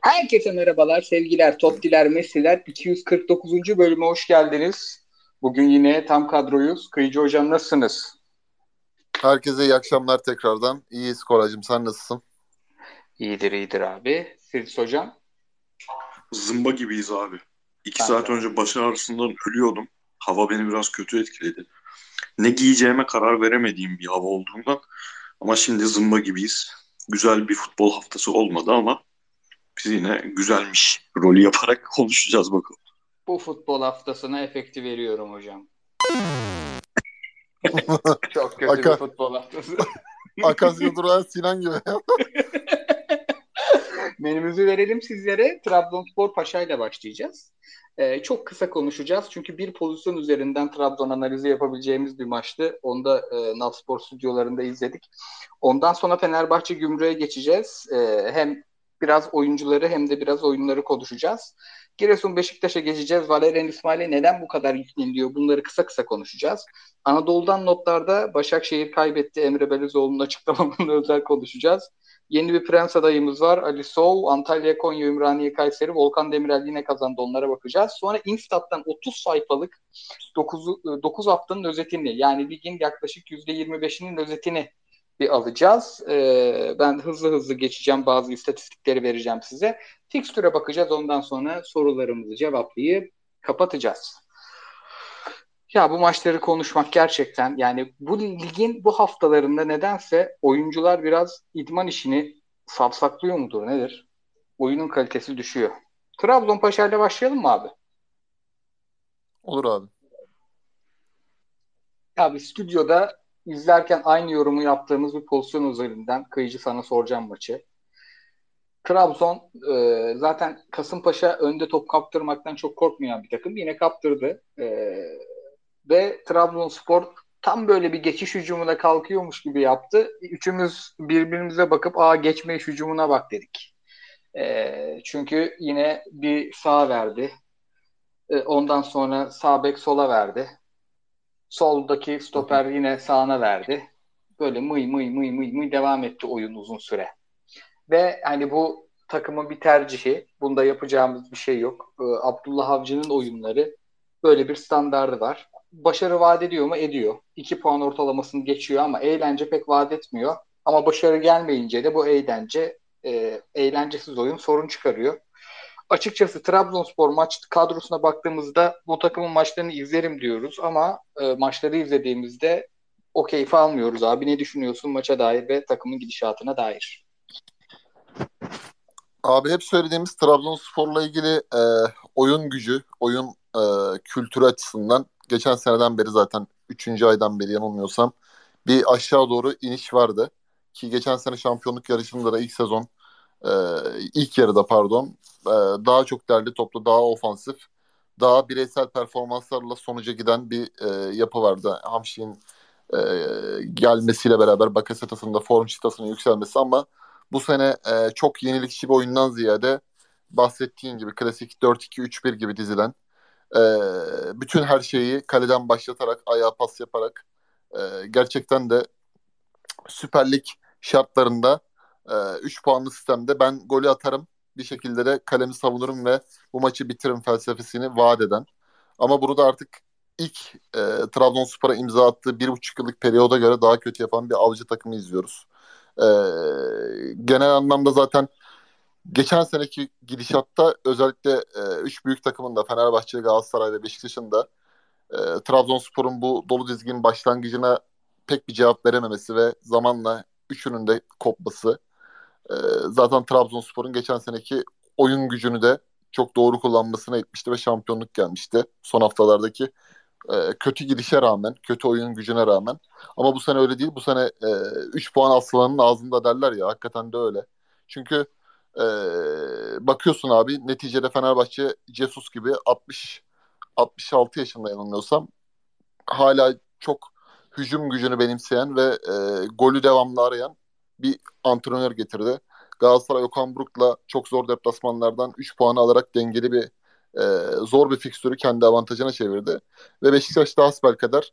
Herkese merhabalar, sevgiler, Tottiler, Messi'ler. 249. bölüme hoş geldiniz. Bugün yine tam kadroyuz. Kıyıcı hocam nasılsınız? Herkese iyi akşamlar tekrardan. İyiyiz Koraycığım, sen nasılsın? İyidir, iyidir abi. Siz hocam? Zımba gibiyiz abi. İki Ben saat de. önce baş ağrısından ölüyordum. Hava beni biraz kötü etkiledi. Ne giyeceğime karar veremediğim bir hava olduğundan. Ama şimdi zımba gibiyiz. Güzel bir futbol haftası olmadı ama biz yine güzelmiş rolü yaparak konuşacağız bakalım. Bu futbol haftasına efekti veriyorum hocam. Çok kötü bir Aka, futbol haftası. Akasya Durağı Sinan gibi. Menümüzü verelim sizlere. Trabzonspor Paşa ile başlayacağız. Çok kısa konuşacağız. Çünkü bir pozisyon üzerinden Trabzon analizi yapabileceğimiz bir maçtı. Onu da Navspor stüdyolarında izledik. Ondan sonra Fenerbahçe Gümrük'e geçeceğiz. Hem biraz oyuncuları hem de biraz oyunları konuşacağız. Giresun Beşiktaş'a geçeceğiz. Valerian İsmail'e neden bu kadar yükleniliyor? Bunları kısa kısa konuşacağız. Anadolu'dan notlarda Başakşehir kaybetti. Emre Belözoğlu'nun açıklamalarını özel konuşacağız. Yeni bir prens adayımız var. Ali Sov, Antalya, Konya, Ümraniye, Kayseri, Volkan Demirel yine kazandı. Onlara bakacağız. Sonra Instat'tan 30 sayfalık 9 haftanın özetini, yani ligin yaklaşık %25'inin özetini bir alacağız. Ben hızlı hızlı geçeceğim. Bazı istatistikleri vereceğim size. Fikstüre bakacağız. Ondan sonra sorularımızı cevaplayıp kapatacağız. Ya bu maçları konuşmak gerçekten, yani bu ligin bu haftalarında nedense oyuncular biraz idman işini savsaklıyor mudur nedir? Oyunun kalitesi düşüyor. Trabzonpaşa ile başlayalım mı abi? Olur abi. Abi stüdyoda izlerken aynı yorumu yaptığımız bir pozisyon üzerinden kıyıcı sana soracağım maçı. Trabzon zaten Kasımpaşa önde top kaptırmaktan çok korkmayan bir takım. Yine kaptırdı. Ve Trabzonspor tam böyle bir geçiş hücumuna kalkıyormuş gibi yaptı. Üçümüz birbirimize bakıp geçme hücumuna bak dedik. Çünkü yine bir sağa verdi. Ondan sonra sağ bek sola verdi. Soldaki Hı hı. stoper yine sağına verdi. Böyle mıy mıy mıy mıy mıy devam etti oyun uzun süre. Ve hani bu takımın bir tercihi. Bunda yapacağımız bir şey yok. Abdullah Avcı'nın oyunları böyle bir standardı var. Başarı vaat ediyor mu? Ediyor. 2 puan ortalamasını geçiyor ama eğlence pek vaat etmiyor. Ama başarı gelmeyince de bu eğlencesiz oyun sorun çıkarıyor. Açıkçası Trabzonspor maç kadrosuna baktığımızda bu takımın maçlarını izlerim diyoruz ama maçları izlediğimizde o keyfi almıyoruz abi. Ne düşünüyorsun maça dair ve takımın gidişatına dair? Abi hep söylediğimiz Trabzonspor'la ilgili oyun gücü, oyun kültürü açısından geçen seneden beri zaten üçüncü aydan beri yanılmıyorsam bir aşağı doğru iniş vardı. Ki geçen sene şampiyonluk yarışında da ilk sezon, e, ilk yarıda pardon, daha çok derli toplu, daha ofansif, daha bireysel performanslarla sonuca giden bir yapı vardı. Hamşik'in e, gelmesiyle beraber Bakasetas'ın da form çıtasının yükselmesi ama bu sene çok yenilikçi bir oyundan ziyade bahsettiğin gibi klasik 4-2-3-1 gibi dizilen, e, bütün her şeyi kaleden başlatarak ayağa pas yaparak, gerçekten de Süper Lig şartlarında 3 puanlı sistemde ben golü atarım, bir şekilde de kalemi savunurum ve bu maçı bitiririm felsefesini vaat eden. Ama burada artık ilk Trabzonspor'a imza attığı 1,5 yıllık periyoda göre daha kötü yapan bir avcı takımı izliyoruz. E, Genel anlamda zaten geçen seneki gidişatta özellikle üç büyük takımın da Fenerbahçe, Galatasaray ve Beşiktaş'ın da Trabzonspor'un bu dolu dizgin başlangıcına pek bir cevap verememesi ve zamanla üçünün de kopması, e, zaten Trabzonspor'un geçen seneki oyun gücünü de çok doğru kullanmasına etmişti ve şampiyonluk gelmişti son haftalardaki kötü gidişe rağmen, kötü oyun gücüne rağmen. Ama bu sene öyle değil. Bu sene 3 puan aslanın ağzında derler ya, hakikaten de öyle. Çünkü e, bakıyorsun abi, neticede Fenerbahçe Jesus gibi 60 66 yaşında yanılmıyorsam hala çok hücum gücünü benimseyen ve golü devamlı arayan bir antrenör getirdi. Galatasaray Okan Buruk'la çok zor deplasmanlardan 3 puanı alarak dengeli bir, zor bir fikstürü kendi avantajına çevirdi. Ve Beşiktaş da hasbelkader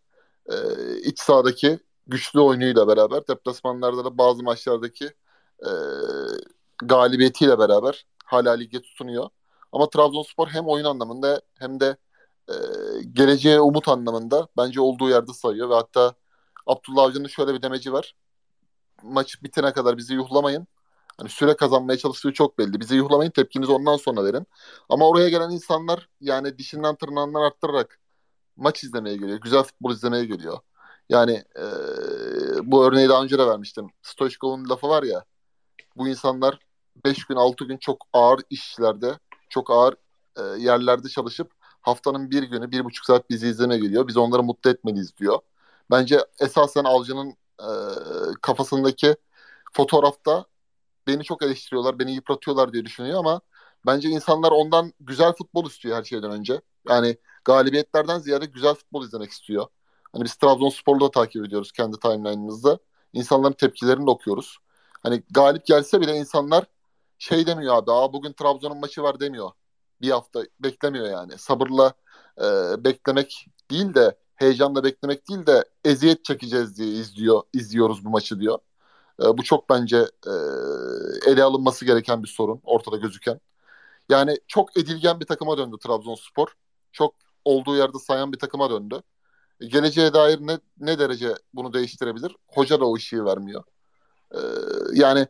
iç sahadaki güçlü oyunuyla beraber, deplasmanlarda da bazı maçlardaki e, galibiyetiyle beraber hala lige tutunuyor. Ama Trabzonspor hem oyun anlamında hem de e, geleceğe umut anlamında bence olduğu yerde sayıyor ve hatta Abdullah Avcı'nın şöyle bir demeci var. Maç bitene kadar bizi yuhlamayın. Hani süre kazanmaya çalıştığı çok belli. Bizi yuhlamayın, tepkinizi ondan sonra verin. Ama oraya gelen insanlar yani dişinden tırnağından arttırarak maç izlemeye geliyor. Güzel futbol izlemeye geliyor. Yani bu örneği daha önce de vermiştim. Stoichkov'un lafı var ya, bu insanlar 5 gün 6 gün çok ağır işlerde, çok ağır yerlerde çalışıp haftanın bir günü 1,5 saat bizi izlemeye geliyor. Biz onları mutlu etmeliyiz diyor. Bence esasen Avcı'nın kafasındaki fotoğrafta beni çok eleştiriyorlar, beni yıpratıyorlar diye düşünüyor ama bence insanlar ondan güzel futbol istiyor her şeyden önce. Yani galibiyetlerden ziyade güzel futbol izlemek istiyor. Hani biz Trabzonspor'u da takip ediyoruz kendi timeline'ımızda. İnsanların tepkilerini de okuyoruz. Hani galip gelse bile insanlar şey demiyor abi. Bugün Trabzon'un maçı var demiyor. Bir hafta beklemiyor yani. Sabırla beklemek değil de heyecanla beklemek değil de eziyet çekeceğiz diye izliyoruz bu maçı diyor. Bu çok bence ele alınması gereken bir sorun ortada gözüken. Yani çok edilgen bir takıma döndü Trabzonspor. Çok olduğu yerde sayan bir takıma döndü. Geleceğe dair ne derece bunu değiştirebilir? Hoca da o işi vermiyor. E, Yani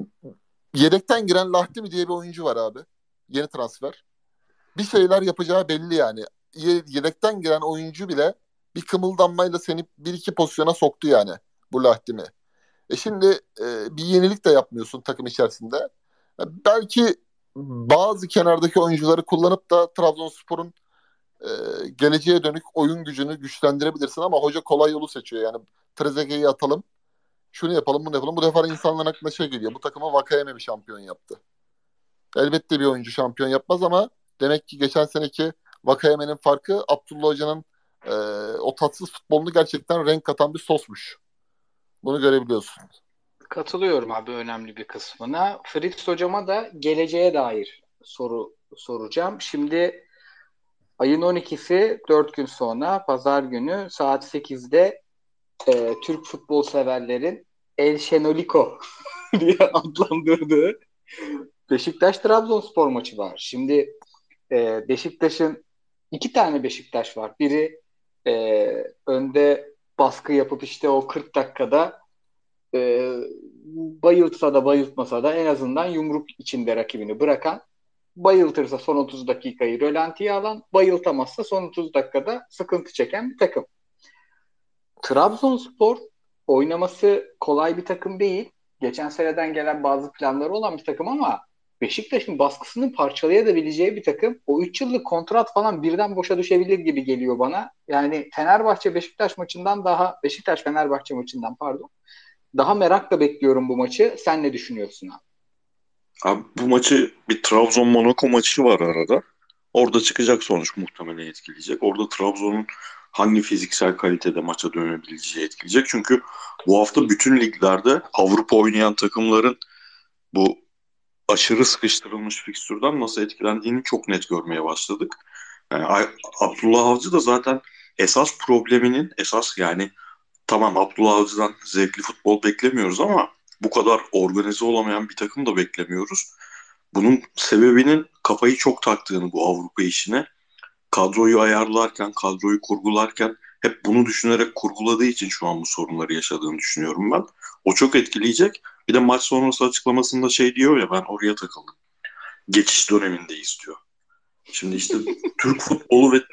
yedekten giren Lahtimi diye bir oyuncu var abi. Yeni transfer. Bir şeyler yapacağı belli yani. Yedekten giren oyuncu bile bir kımıldanmayla seni bir iki pozisyona soktu yani bu Lahtimi. Şimdi bir yenilik de yapmıyorsun takım içerisinde. Belki bazı kenardaki oyuncuları kullanıp da Trabzonspor'un e, geleceğe dönük oyun gücünü güçlendirebilirsin ama hoca kolay yolu seçiyor. Yani Trezeguet'i atalım, şunu yapalım, bunu yapalım. Bu defa insanların aklına şey geliyor. Bu takıma Vakayeme bir şampiyon yaptı. Elbette bir oyuncu şampiyon yapmaz ama demek ki geçen seneki Vakayeme'nin farkı Abdullah Hoca'nın e, o tatsız futbolunu gerçekten renk katan bir sosmuş. Bunu görebiliyorsun. Katılıyorum abi önemli bir kısmına. Fritz hocama da geleceğe dair soru soracağım. Şimdi ayın 12'si 4 gün sonra pazar günü saat 8'de Türk futbol severlerin El Şenoliko diye adlandırdığı Beşiktaş-Trabzonspor maçı var. Şimdi Beşiktaş'ın iki tane Beşiktaş var. Biri önde baskı yapıp işte o 40 dakikada e, bayıltsa da bayıltmasa da en azından yumruk içinde rakibini bırakan, bayıltırsa son 30 dakikayı rölantiye alan, bayıltamazsa son 30 dakikada sıkıntı çeken bir takım. Trabzonspor oynaması kolay bir takım değil. Geçen seneden gelen bazı planları olan bir takım ama Beşiktaş'ın baskısını parçalayabileceği bir takım. O 3 yıllık kontrat falan birden boşa düşebilir gibi geliyor bana. Yani Fenerbahçe-Beşiktaş maçından daha Beşiktaş-Fenerbahçe maçından pardon. Daha merakla bekliyorum bu maçı. Sen ne düşünüyorsun abi? Abi bu maçı bir Trabzon-Monaco maçı var arada. Orada çıkacak sonuç muhtemelen etkileyecek. Orada Trabzon'un hangi fiziksel kalitede maça dönebileceği etkileyecek. Çünkü bu hafta bütün liglerde Avrupa oynayan takımların bu aşırı sıkıştırılmış fikstürden nasıl etkilendiğini çok net görmeye başladık. Yani Abdullah Avcı da zaten esas probleminin yani tamam Abdullah Avcı'dan zevkli futbol beklemiyoruz ama bu kadar organize olamayan bir takım da beklemiyoruz. Bunun sebebinin kafayı çok taktığını bu Avrupa işine, kadroyu ayarlarken, kadroyu kurgularken hep bunu düşünerek kurguladığı için şu an bu sorunları yaşadığını düşünüyorum ben. O çok etkileyecek. Bir de maç sonrası açıklamasında şey diyor ya, ben oraya takıldım. Geçiş dönemindeyiz diyor. Şimdi işte Türk futbolu ve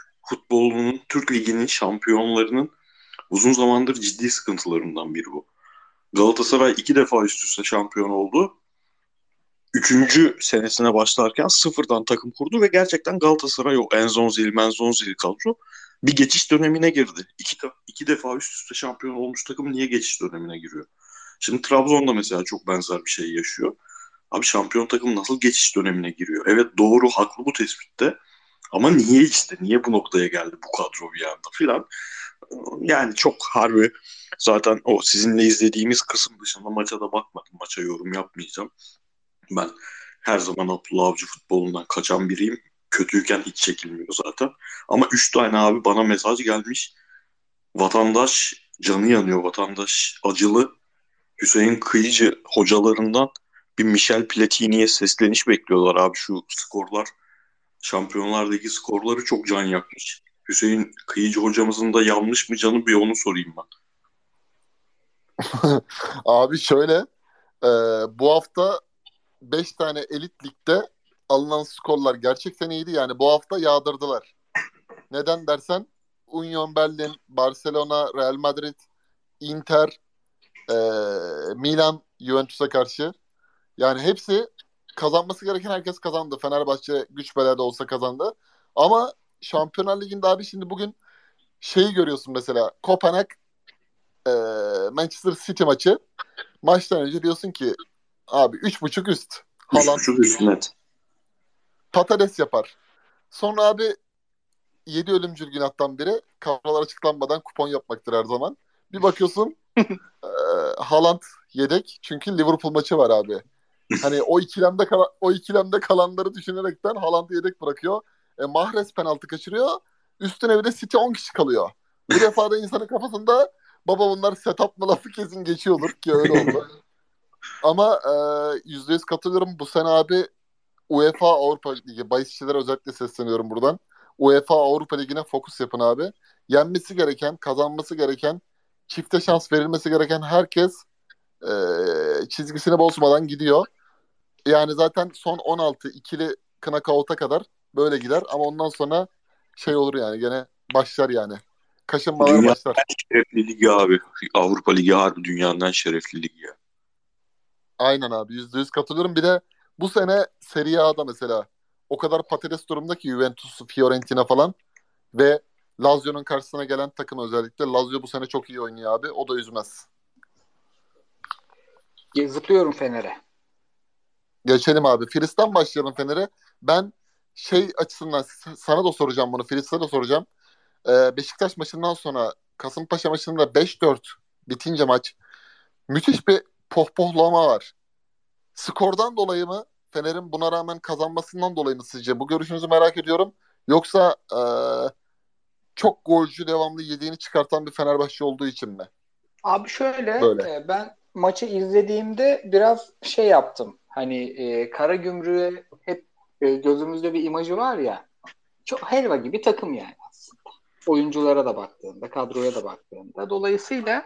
Türk Ligi'nin şampiyonlarının uzun zamandır ciddi sıkıntılarından biri bu. Galatasaray 2 defa üst üste şampiyon oldu. Üçüncü senesine başlarken sıfırdan takım kurdu ve gerçekten Galatasaray o Enzonzili kadro bir geçiş dönemine girdi. İki defa üst üste şampiyon olmuş takım niye geçiş dönemine giriyor? Şimdi Trabzon'da mesela çok benzer bir şey yaşıyor. Abi şampiyon takım nasıl geçiş dönemine giriyor? Evet, doğru, haklı bu tespitte. Ama niye bu noktaya geldi bu kadro bir anda filan. Yani çok harbi, zaten o sizinle izlediğimiz kısım dışında maça da bakmadım. Maça yorum yapmayacağım. Ben her zaman Abdullah Avcı futbolundan kaçan biriyim. Kötüyken hiç çekilmiyor zaten. Ama 3 tane abi bana mesaj gelmiş. Vatandaş canı yanıyor. Vatandaş acılı. Hüseyin Kıyıcı hocalarından bir Michel Platini'ye sesleniş bekliyorlar abi, şu skorlar. Şampiyonlar Ligi skorları çok can yakmış. Hüseyin Kıyıcı hocamızın da yanmış mı canı, bir onu sorayım ben. Abi şöyle, e, bu hafta 5 tane elit ligde alınan skorlar gerçekten iyiydi. Yani bu hafta yağdırdılar. Neden dersen Union Berlin, Barcelona, Real Madrid, Inter, e, Milan, Juventus'a karşı. Yani hepsi, kazanması gereken herkes kazandı. Fenerbahçe güç belada olsa kazandı. Ama Şampiyonlar Ligi'nde abi şimdi bugün şeyi görüyorsun mesela. Kopenhag e, Manchester City maçı. Maçtan önce diyorsun ki abi 3.5 üst. Üç Haaland buçuk üst net. patates yapar. Sonra abi 7 ölümcül günahtan biri kadrolar açıklanmadan kupon yapmaktır her zaman. Bir bakıyorsun e, Haaland yedek. Çünkü Liverpool maçı var abi. Hani o ikilemde kalanları düşünerekten Haaland'ı yedek bırakıyor. Mahrez penaltı kaçırıyor. Üstüne bir de City 10 kişi kalıyor. Bu defa da insanın kafasında baba bunlar setup mı lafı kesin geçiyordur ki öyle oldu. Ama %100 katılıyorum. Bu sene abi UEFA Avrupa Ligi, bahisçilere özellikle sesleniyorum buradan. UEFA Avrupa Ligi'ne fokus yapın abi. Yenmesi gereken, kazanması gereken, çifte şans verilmesi gereken herkes çizgisini bozmadan gidiyor. Yani zaten son 16 ikili knockout'a kadar böyle gider ama ondan sonra şey olur yani, gene başlar yani. Kaşınmalar Dünyanın başlar. en şerefli ligi abi. Avrupa Ligi harbi dünyanın en şerefli ligi ya. Aynen abi, %100 katılıyorum. Bir de bu sene Serie A'da mesela o kadar patates durumda ki Juventus, Fiorentina falan ve Lazio'nun karşısına gelen takım özellikle. Lazio bu sene çok iyi oynuyor abi. O da üzmez. Zıplıyorum Fener'e. Geçelim abi. Filiz'den başlayalım Fener'e. Ben şey açısından sana da soracağım bunu. Filiz'e de soracağım. Beşiktaş maçından sonra Kasımpaşa maçında 5-4 bitince maç müthiş bir pohpohlama var. Skordan dolayı mı, Fener'in buna rağmen kazanmasından dolayı mı sizce? Bu görüşünüzü merak ediyorum. Yoksa çok golcü devamlı yediğini çıkartan bir Fenerbahçe olduğu için mi? Abi şöyle, Böyle. ben maçı izlediğimde biraz şey yaptım. Hani Karagümrük'e hep gözümüzde bir imajı var ya. Çok helva gibi takım yani aslında. Oyunculara da baktığında, kadroya da baktığında. Dolayısıyla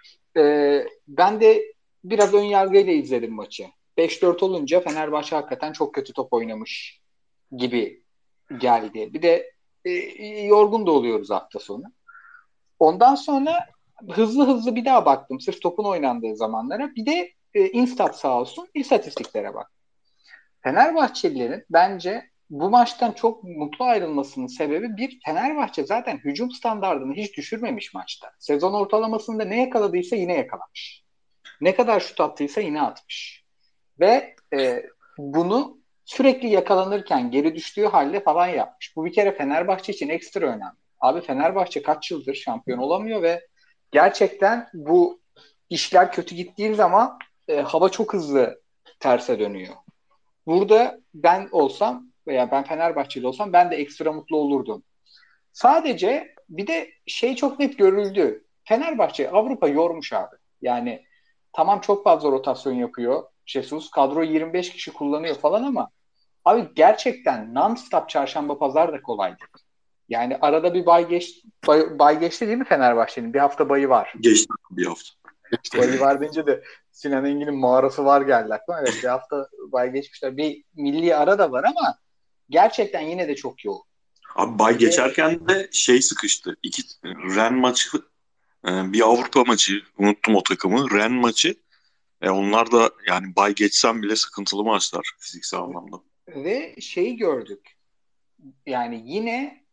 ben de biraz ön yargıyla izledim maçı. 5-4 olunca Fenerbahçe hakikaten çok kötü top oynamış gibi geldi. Bir de yorgun da oluyoruz hafta sonu. Ondan sonra hızlı hızlı bir daha baktım. Sırf topun oynandığı zamanlara. Bir de Instat sağ olsun istatistiklere bak. Fenerbahçelilerin bence bu maçtan çok mutlu ayrılmasının sebebi, bir, Fenerbahçe zaten hücum standardını hiç düşürmemiş maçta. Sezon ortalamasında ne yakaladıysa yine yakalamış. Ne kadar şut attıysa yine atmış. Ve bunu sürekli yakalanırken geri düştüğü halde falan yapmış. Bu bir kere Fenerbahçe için ekstra önemli. Abi Fenerbahçe kaç yıldır şampiyon olamıyor ve gerçekten bu işler kötü gittiği zaman hava çok hızlı terse dönüyor. Burada ben olsam veya ben Fenerbahçeli olsam ben de ekstra mutlu olurdum. Sadece bir de şey çok net görüldü. Fenerbahçe Avrupa yormuş abi. Yani tamam, çok fazla rotasyon yapıyor Jesus. Kadro 25 kişi kullanıyor falan ama abi gerçekten non-stop çarşamba pazar da kolay değil. Yani arada bir bay geçti değil mi Fenerbahçe'nin? Bir hafta bayı var. Geçti bir hafta. Bayı var deyince de Sinan Engin'in mağarası var geldi aklıma. Evet, bir hafta bay geçmişler. Bir milli ara da var ama gerçekten yine de çok yoğun. Abi bay Ve geçerken de şey sıkıştı. İki Ren maçı, bir Avrupa maçı, unuttum o takımı. Ren maçı. Onlar da yani bay geçsem bile sıkıntılı maçlar fiziksel anlamda. ve şeyi gördük. Yani yine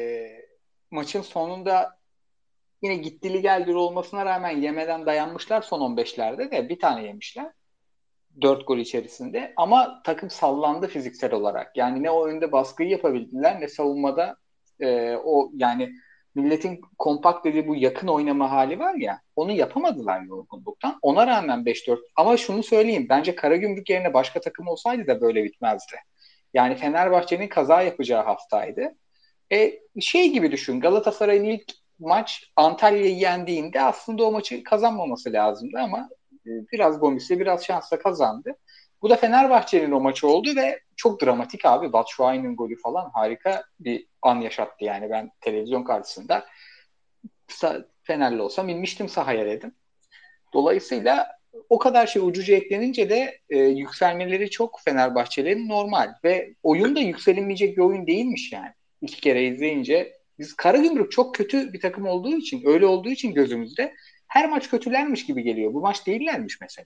maçın sonunda yine gittili geldi olmasına rağmen yemeden dayanmışlar son 15'lerde de bir tane yemişler. 4 gol içerisinde ama takım sallandı fiziksel olarak. Yani ne o önde baskıyı yapabildiler ne savunmada o yani milletin kompakt dediği bu yakın oynama hali var ya, onu yapamadılar yorgunluktan. Ona rağmen 5-4, ama şunu söyleyeyim, bence Karagümrük yerine başka takım olsaydı da böyle bitmezdi. Yani Fenerbahçe'nin kaza yapacağı haftaydı. Şey gibi düşün, Galatasaray'ın ilk maç Antalya'yı yendiğinde aslında o maçı kazanmaması lazımdı ama biraz gomisle biraz şansla kazandı. Bu da Fenerbahçe'nin o maçı oldu ve çok dramatik abi. Batshuayi'nin golü falan harika bir an yaşattı yani. Ben televizyon karşısında Fenerli olsam inmiştim sahaya dedim. Dolayısıyla o kadar şey ucuca eklenince de yükselmeleri çok Fenerbahçelerin normal ve oyun da yükselinmeyecek bir oyun değilmiş yani. İki kere izleyince biz Karagümrük çok kötü bir takım olduğu için, öyle olduğu için gözümüzde her maç kötülermiş gibi geliyor. Bu maç değillermiş mesela.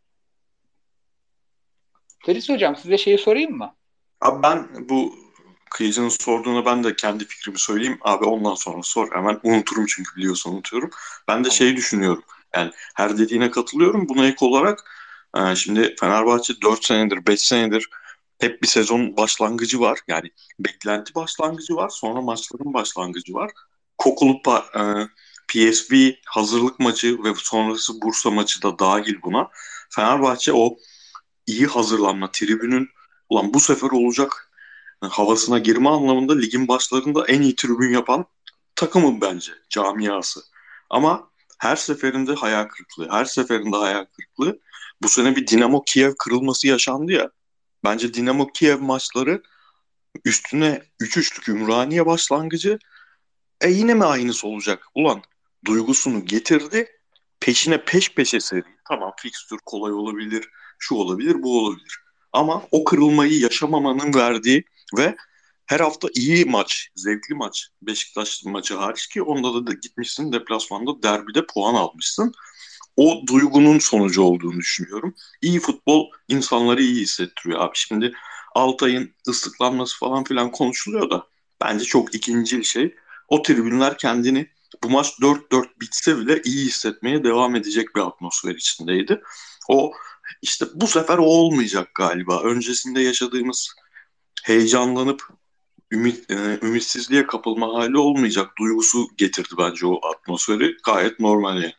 Feris Hocam size şeyi sorayım mı? Abi ben bu Kıyıcı'nın sorduğuna ben de kendi fikrimi söyleyeyim. Abi ondan sonra sor. Hemen unuturum çünkü biliyorsun unutuyorum. Ben de Tamam. şeyi düşünüyorum. Yani her dediğine katılıyorum. Buna ek olarak şimdi Fenerbahçe 4 senedir, 5 senedir hep bir sezon başlangıcı var. Yani beklenti başlangıcı var. Sonra maçların başlangıcı var. Kokulu PSV hazırlık maçı ve sonrası Bursa maçı da dahil buna. Fenerbahçe o iyi hazırlanma, tribünün ulan bu sefer olacak havasına girme anlamında ligin başlarında en iyi tribün yapan takımım bence, camiası. Ama her seferinde hayal kırıklığı, her seferinde hayal kırıklığı. Bu sene bir Dinamo Kiev kırılması yaşandı ya. Bence Dinamo Kiev maçları üstüne 3-3'lük Ümraniye başlangıcı yine mi aynısı olacak? Ulan duygusunu getirdi. Peşine peş peşe seri. Tamam fikstür kolay olabilir, şu olabilir, bu olabilir. Ama o kırılmayı yaşamamanın verdiği ve her hafta iyi maç, zevkli maç. Beşiktaş maçı hariç ki onda da gitmişsin deplasmanda derbide puan almışsın. O duygunun sonucu olduğunu düşünüyorum. İyi futbol insanları iyi hissettiriyor abi. Şimdi Altay'ın ıslıklanması falan filan konuşuluyor da bence çok ikincil şey. O tribünler kendini bu maç 4-4 bitse bile iyi hissetmeye devam edecek bir atmosfer içindeydi. O işte bu sefer o olmayacak galiba. Öncesinde yaşadığımız heyecanlanıp ümitsizliğe kapılma hali olmayacak duygusu getirdi bence o atmosferi. Gayet normal yani.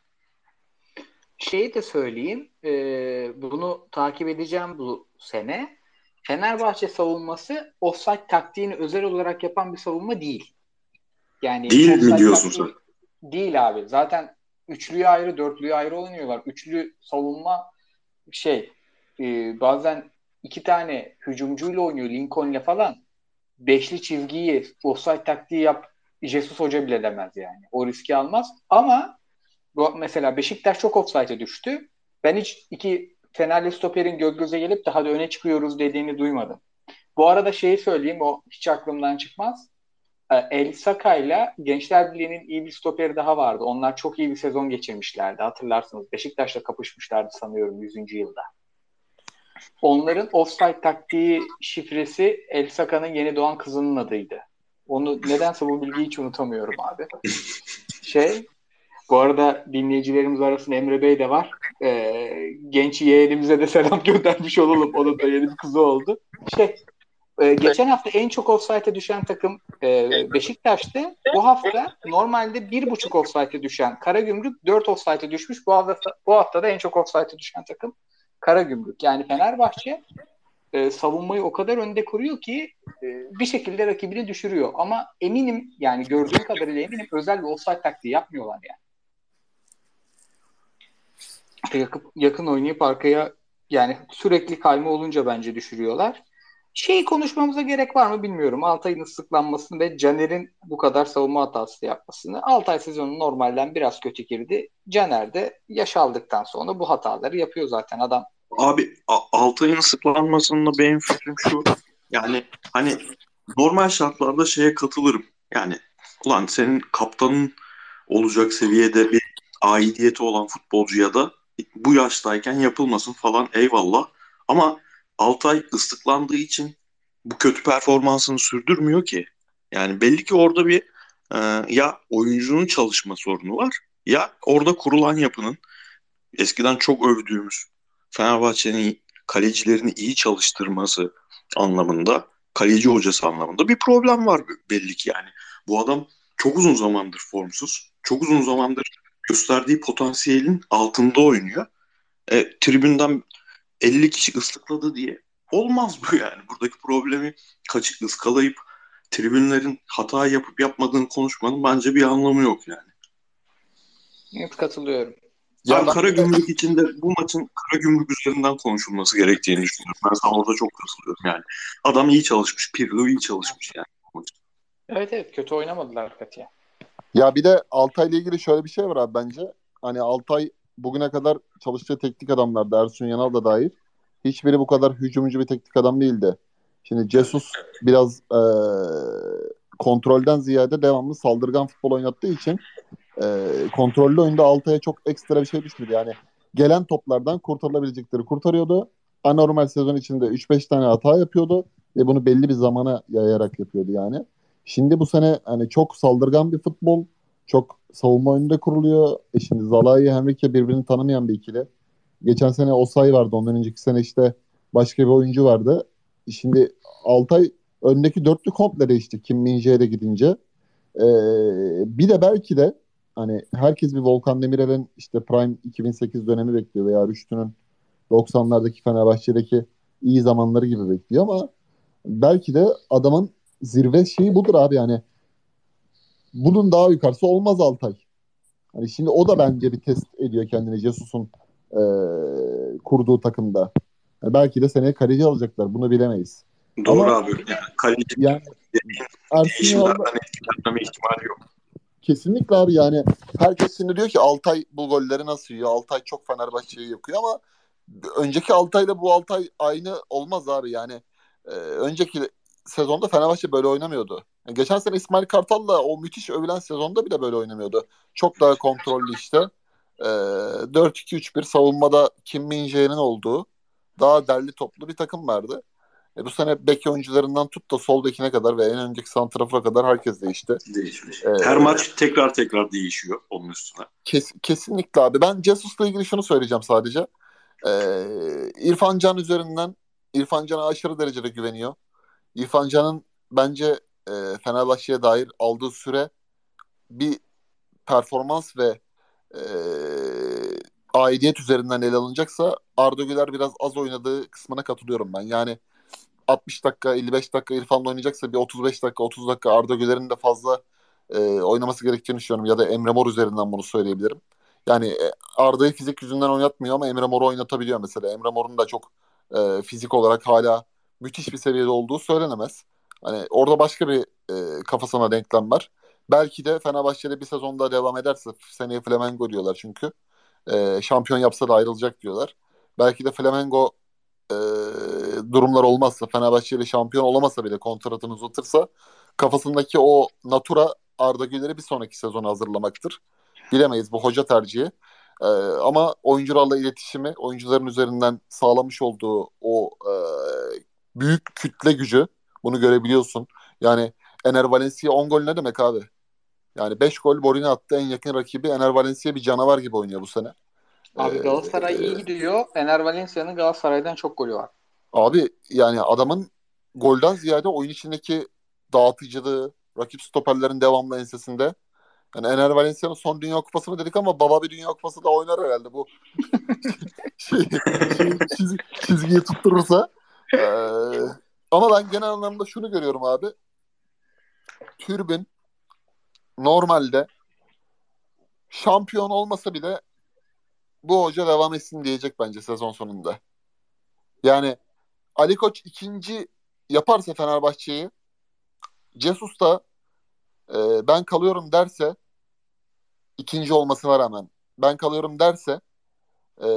Şeyi de söyleyeyim. Bunu takip edeceğim bu sene. Fenerbahçe savunması offside taktiğini özel olarak yapan bir savunma değil. Yani Değil mi offside diyorsun taktiği sen? değil abi. Zaten üçlüye ayrı, dörtlüye ayrı oynuyorlar. Üçlü savunma şey bazen iki tane hücumcuyla oynuyor Lincoln'le falan. Beşli çizgiyi offside taktiği yap Jesus Hoca bile demez yani. O riski almaz. Ama bu, mesela Beşiktaş çok offside'e düştü. Ben hiç iki Fenerli stoperin göz göze gelip de hadi öne çıkıyoruz dediğini duymadım. Bu arada şeyi söyleyeyim, o hiç aklımdan çıkmaz. El Saka'yla Gençler Birliği'nin iyi bir stoperi daha vardı. Onlar çok iyi bir sezon geçirmişlerdi. Hatırlarsınız. Beşiktaş'la kapışmışlardı sanıyorum 100. yılda. Onların offside taktiği şifresi El Saka'nın yeni doğan kızının adıydı. Onu nedense bu bilgiyi hiç unutamıyorum abi. Şey, bu arada dinleyicilerimiz arasında Emre Bey de var. Genç yeğenimize de selam göndermiş olalım. Onun da yeni bir kızı oldu. Geçen hafta en çok offside'e düşen takım Beşiktaş'tı. Bu hafta normalde 1,5 offside'e düşen Karagümrük 4 offside'e düşmüş. Bu hafta da en çok offside'e düşen takım Karagümrük. Yani Fenerbahçe savunmayı o kadar önde kuruyor ki bir şekilde rakibini düşürüyor. Ama eminim yani gördüğüm kadarıyla eminim özel bir offside taktiği yapmıyorlar yani. Yakın oynayıp arkaya yani sürekli kayma olunca bence düşürüyorlar. Konuşmamıza gerek var mı bilmiyorum. Altay'ın ıslıklanmasını ve Caner'in bu kadar savunma hatası yapmasını. Altay sezonu normalden biraz kötü girdi. Caner de yaş aldıktan sonra bu hataları yapıyor zaten adam. Abi Altay'ın sıklanmasında benim fikrim şu. Yani hani normal şartlarda şeye katılırım. Yani ulan senin kaptanın olacak seviyede bir aidiyeti olan futbolcuya da bu yaştayken yapılmasın falan eyvallah. Ama Altay ıslıklandığı için bu kötü performansını sürdürmüyor ki. Yani belli ki orada bir ya oyuncunun çalışma sorunu var ya orada kurulan yapının eskiden çok övdüğümüz Fenerbahçe'nin kalecilerini iyi çalıştırması anlamında, kaleci hocası anlamında bir problem var belli ki yani. Bu adam çok uzun zamandır formsuz, çok uzun zamandır gösterdiği potansiyelin altında oynuyor. Tribünden 50 kişi ıslıkladı diye olmaz bu yani. Buradaki problemi kaçık ıskalayıp tribünlerin hata yapıp yapmadığını konuşmanın bence bir anlamı yok yani. Evet, katılıyorum. Ya Abi ben Karagümrük için de bu maçın Karagümrük üzerinden konuşulması gerektiğini düşünüyorum. Ben sana orada çok katılıyorum yani. Adam iyi çalışmış. Pirlo iyi çalışmış yani. Evet evet, kötü oynamadılar katiyen. Ya bir de Altay'la ilgili şöyle bir şey var abi bence. Hani Altay bugüne kadar çalıştığı teknik adamlar da Ersun Yanal da dahil. Hiçbiri bu kadar hücumcu bir teknik adam değildi. Şimdi Evet. Jesus biraz kontrolden ziyade devamlı saldırgan futbol oynattığı için kontrollü oyunda Altay'a çok ekstra bir şey düşmedi. Yani gelen toplardan kurtarılabilecekleri kurtarıyordu. Anormal sezon içinde 3-5 tane hata yapıyordu ve bunu belli bir zamana yayarak yapıyordu yani. Şimdi bu sene hani çok saldırgan bir futbol, çok savunma oyununda kuruluyor. Şimdi Zalai, Henrique birbirini tanımayan bir ikili. Geçen sene Osay vardı, ondan önceki sene işte başka bir oyuncu vardı. Şimdi Altay öndeki dörtlü komple değişti Kim Min-jae'de gidince. Bir de belki de hani herkes bir Volkan Demirel'in işte Prime 2008 dönemi bekliyor veya Rüştü'nün 90'lardaki Fenerbahçe'deki iyi zamanları gibi bekliyor ama belki de adamın zirve şeyi budur abi yani. Bunun daha yukarısı olmaz Altay. Hani şimdi o da bence bir test ediyor kendini Jesus'un kurduğu takımda. Yani belki de seneye kaleci alacaklar. Bunu bilemeyiz. Doğru Ama abi. Yani kaleci yani Ersun Yanal'da değişimlerden etkilenmeme ihtimali yok. kesinlikle abi yani herkes şimdi diyor ki Altay bu golleri nasıl yiyor? Altay çok Fenerbahçe'yi yakıyor ama önceki Altay'la bu Altay aynı olmaz abi yani. Önceki sezonda Fenerbahçe böyle oynamıyordu. Yani geçen sene İsmail Kartal'la o müthiş övülen sezonda bile böyle oynamıyordu. Çok daha kontrollü işte. 4-2-3-1 savunmada Kim Min-jae'nin olduğu daha derli toplu bir takım vardı. Bu sene bek oyuncularından tut da sol bekine kadar ve en önceki santrafora kadar herkes değişti. Değişmiş. Ee, Her maç tekrar tekrar değişiyor onun üstüne. Kesinlikle abi. Ben Jesus'la ilgili şunu söyleyeceğim sadece. İrfan Can üzerinden İrfan Can'a aşırı derecede güveniyor. İrfan Can'ın bence Fenerbahçe'ye dair aldığı süre bir performans ve e, aidiyet üzerinden ele alınacaksa Arda Güler biraz az oynadığı kısmına katılıyorum ben. Yani 60 dakika 55 dakika İrfan'la oynayacaksa bir 35 dakika 30 dakika Arda Güler'in de fazla oynaması gerektiğini düşünüyorum. Ya da Emre Mor üzerinden bunu söyleyebilirim. Yani Arda'yı fizik yüzünden oynatmıyor ama Emre Mor'u oynatabiliyor mesela. Emre Mor'un da çok fizik olarak hala müthiş bir seviyede olduğu söylenemez. Hani orada başka bir kafasına denklem var. Belki de Fenerbahçe'de bir sezon daha devam ederse seneye Flamengo diyorlar çünkü. Şampiyon yapsa da ayrılacak diyorlar. Belki de Flamengo e, durumlar olmazsa Fenerbahçe ile şampiyon olamasa bile kontratını uzatırsa kafasındaki o natura Arda Güler'i bir sonraki sezona hazırlamaktır. Bilemeyiz, bu hoca tercihi. Ama oyuncularla iletişimi, oyuncuların üzerinden sağlamış olduğu o büyük kütle gücü, bunu görebiliyorsun. Yani Ener Valencia 10 gol ne demek abi? Yani 5 gol Borini attı, en yakın rakibi Ener Valencia bir canavar gibi oynuyor bu sene. Ee, Abi Galatasaray iyi gidiyor. Ener Valencia'nın Galatasaray'dan çok golü var. Abi yani adamın golden ziyade oyun içindeki dağıtıcılığı, rakip stoperlerin devamlı ensesinde. Yani Ener Valencia'nın son Dünya Kupası'nı dedik ama baba bir Dünya Kupası da oynar herhalde bu şey, çizgiyi tutturursa. Ee, Ama ben genel anlamda şunu görüyorum abi. Türbün normalde şampiyon olmasa bile bu hoca devam etsin diyecek bence sezon sonunda. Yani Ali Koç ikinci yaparsa Fenerbahçe'yi, Jesus da ben kalıyorum derse, ikinci olmasına rağmen ben kalıyorum derse e,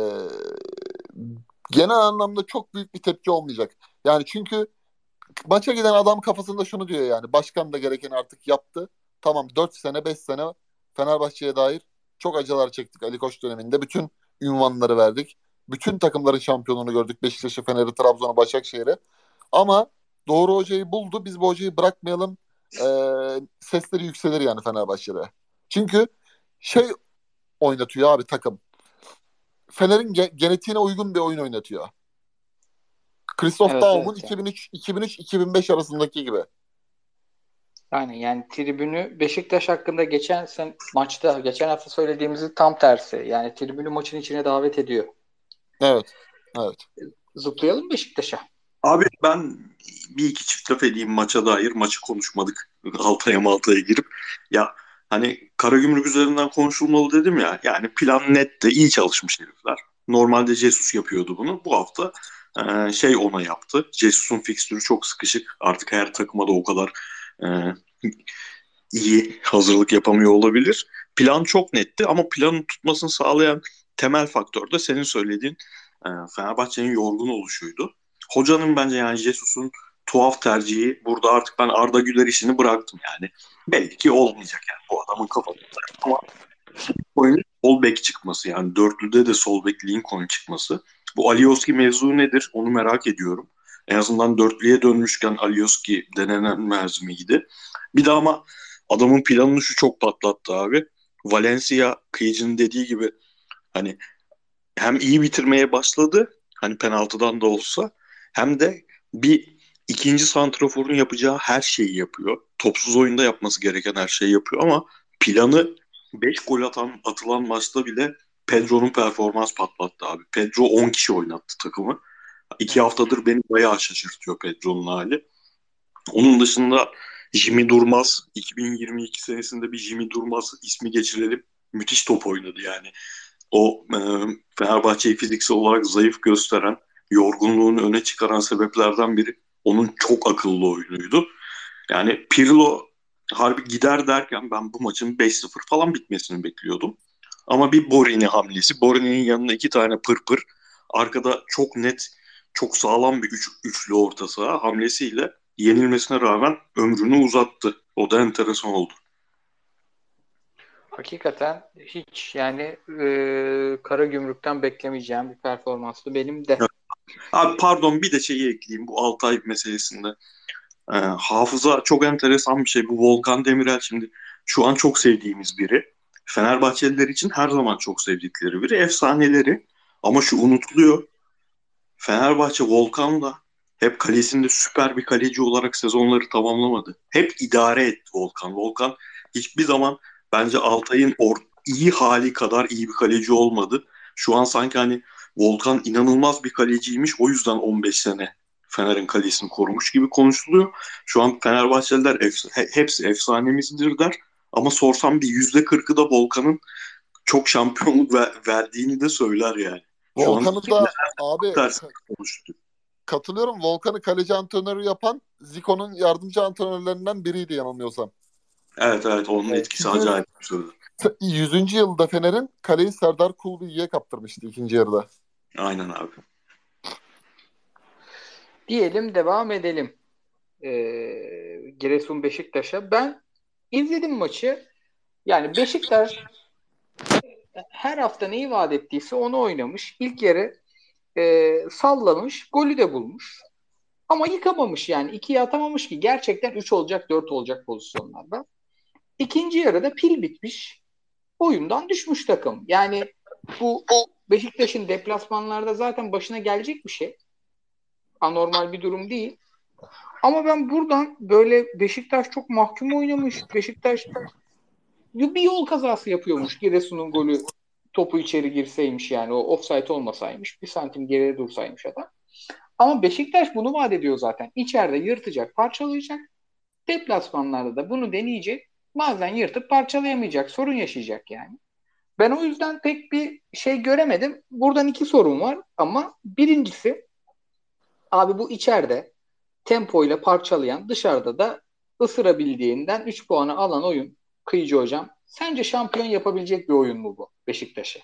genel anlamda çok büyük bir tepki olmayacak. Yani çünkü maça giden adam kafasında şunu diyor yani başkan da gereken artık yaptı. Tamam 4 sene 5 sene Fenerbahçe'ye dair çok acılar çektik Ali Koç döneminde. Bütün ünvanları verdik. Bütün takımların şampiyonluğunu gördük. Beşiktaş'ı, Fener'i, Trabzon'u, Başakşehir'i. Ama doğru hocayı buldu. Biz bu hocayı bırakmayalım. Sesleri yükselir yani Fenerbahçe'de. Çünkü şey oynatıyor abi takım. Fener'in genetiğine uygun bir oyun oynatıyor. Christoph Evet Daum'un evet yani. 2003-2005 arasındaki gibi. Yani tribünü Beşiktaş hakkında geçen hafta söylediğimizi tam tersi. Yani tribünü maçın içine davet ediyor. Evet. Evet. Zıplayalım Beşiktaş'a. Abi ben bir iki çift laf edeyim maça dair. Maçı konuşmadık. Altaya girip. Ya Hani Karagümrük üzerinden konuşulmalı dedim ya. Yani plan net de iyi çalışmış herifler. Normalde Jesus yapıyordu bunu. Bu hafta ona yaptı. Jesus'un fikstürü çok sıkışık. Artık her takıma da o kadar e, iyi hazırlık yapamıyor olabilir. Plan çok netti ama planın tutmasını sağlayan temel faktör de senin söylediğin Fenerbahçe'nin yorgun oluşuydu. Hocanın bence yani Jesus'un tuhaf tercihi burada artık ben Arda Güler işini bıraktım yani. Belli ki olmayacak yani bu adamın kafasında. Ama oyunun sol bek çıkması yani dörtlüde de sol bek Lincoln çıkması. Bu Alioski mevzu nedir onu merak ediyorum. En azından dörtlüye dönmüşken Alioski denemez miydi? Bir de ama adamın planını şu çok patlattı abi. Valencia kıyıcının dediği gibi hani hem iyi bitirmeye başladı hani penaltıdan da olsa hem de bir ikinci santraforun yapacağı her şeyi yapıyor. Topsuz oyunda yapması gereken her şeyi yapıyor ama planı 5 gol atılan maçta bile Pedro'nun performans patlattı abi. Pedro 10 kişi oynattı takımı. 2 Evet. haftadır beni bayağı şaşırtıyor Pedro'nun hali. Onun dışında Jimmy Durmaz 2022 senesinde bir Jimmy Durmaz ismi geçirelim. Müthiş top oynadı yani. O Fenerbahçe'yi fiziksel olarak zayıf gösteren, yorgunluğunu öne çıkaran sebeplerden biri onun çok akıllı oyunuydu. Yani Pirlo harbi gider derken ben bu maçın 5-0 falan bitmesini bekliyordum. Ama bir Borini hamlesi. Borini'nin yanına iki tane pırpır. Arkada çok net, çok sağlam bir üçlü orta saha hamlesiyle yenilmesine rağmen ömrünü uzattı. O da enteresan oldu. Hakikaten hiç yani Karagümrük'ten beklemeyeceğim bir performanstı benim de. Evet. Abi pardon bir de şeyi ekleyeyim bu Altay meselesinde. Hafıza çok enteresan bir şey. Bu Volkan Demirel şimdi şu an çok sevdiğimiz biri. Fenerbahçeliler için her zaman çok sevdikleri biri. Efsaneleri. Ama şu unutuluyor. Fenerbahçe Volkan'la hep kalesinde süper bir kaleci olarak sezonları tamamlamadı. Hep idare etti Volkan. Volkan hiçbir zaman bence Altay'ın iyi hali kadar iyi bir kaleci olmadı. Şu an sanki hani Volkan inanılmaz bir kaleciymiş. O yüzden 15 sene Fener'in kalesini korumuş gibi konuşuluyor. Şu an Fenerbahçeliler hepsi efsanemizdir der. Ama sorsam bir %40'ı da Volkan'ın çok şampiyonluk verdiğini de söyler yani. Şu an Volkan'ı da abi tersi konuştu. katılıyorum. Volkan'ı kaleci antrenörü yapan Zico'nun yardımcı antrenörlerinden biriydi yanılmıyorsam. Evet evet onun etkisi Çünkü acayip bir şeydi. 100. yılda Fener'in kaleyi Serdar Kulbi'ye kaptırmıştı ikinci yarıda. Aynen abi. Diyelim devam edelim. Giresun Beşiktaş'a. Ben izledim maçı. Yani Beşiktaş her hafta neyi vaat ettiyse onu oynamış. İlk yarı sallamış, golü de bulmuş. Ama yıkamamış yani. İkiye atamamış ki. Gerçekten 3 olacak, 4 olacak pozisyonlarda. İkinci yarıda pil bitmiş. Oyundan düşmüş takım. Yani bu Beşiktaş'ın deplasmanlarda zaten başına gelecek bir şey. Anormal bir durum değil. Ama ben buradan böyle Beşiktaş çok mahkum oynamış. Beşiktaş bir yol kazası yapıyormuş. Giresun'un golü topu içeri girseymiş yani o offside olmasaymış. Bir santim geride dursaymış adam. Ama Beşiktaş bunu vaat ediyor zaten. İçeride yırtacak, parçalayacak. Deplasmanlarda da bunu deneyecek. Bazen yırtıp parçalayamayacak. Sorun yaşayacak yani. Ben o yüzden pek bir şey göremedim. Buradan iki sorun var ama birincisi abi bu içeride tempoyla parçalayan dışarıda da ısırabildiğinden 3 puanı alan oyun Kıyıcı hocam. Sence şampiyon yapabilecek bir oyun mu bu Beşiktaş'ı?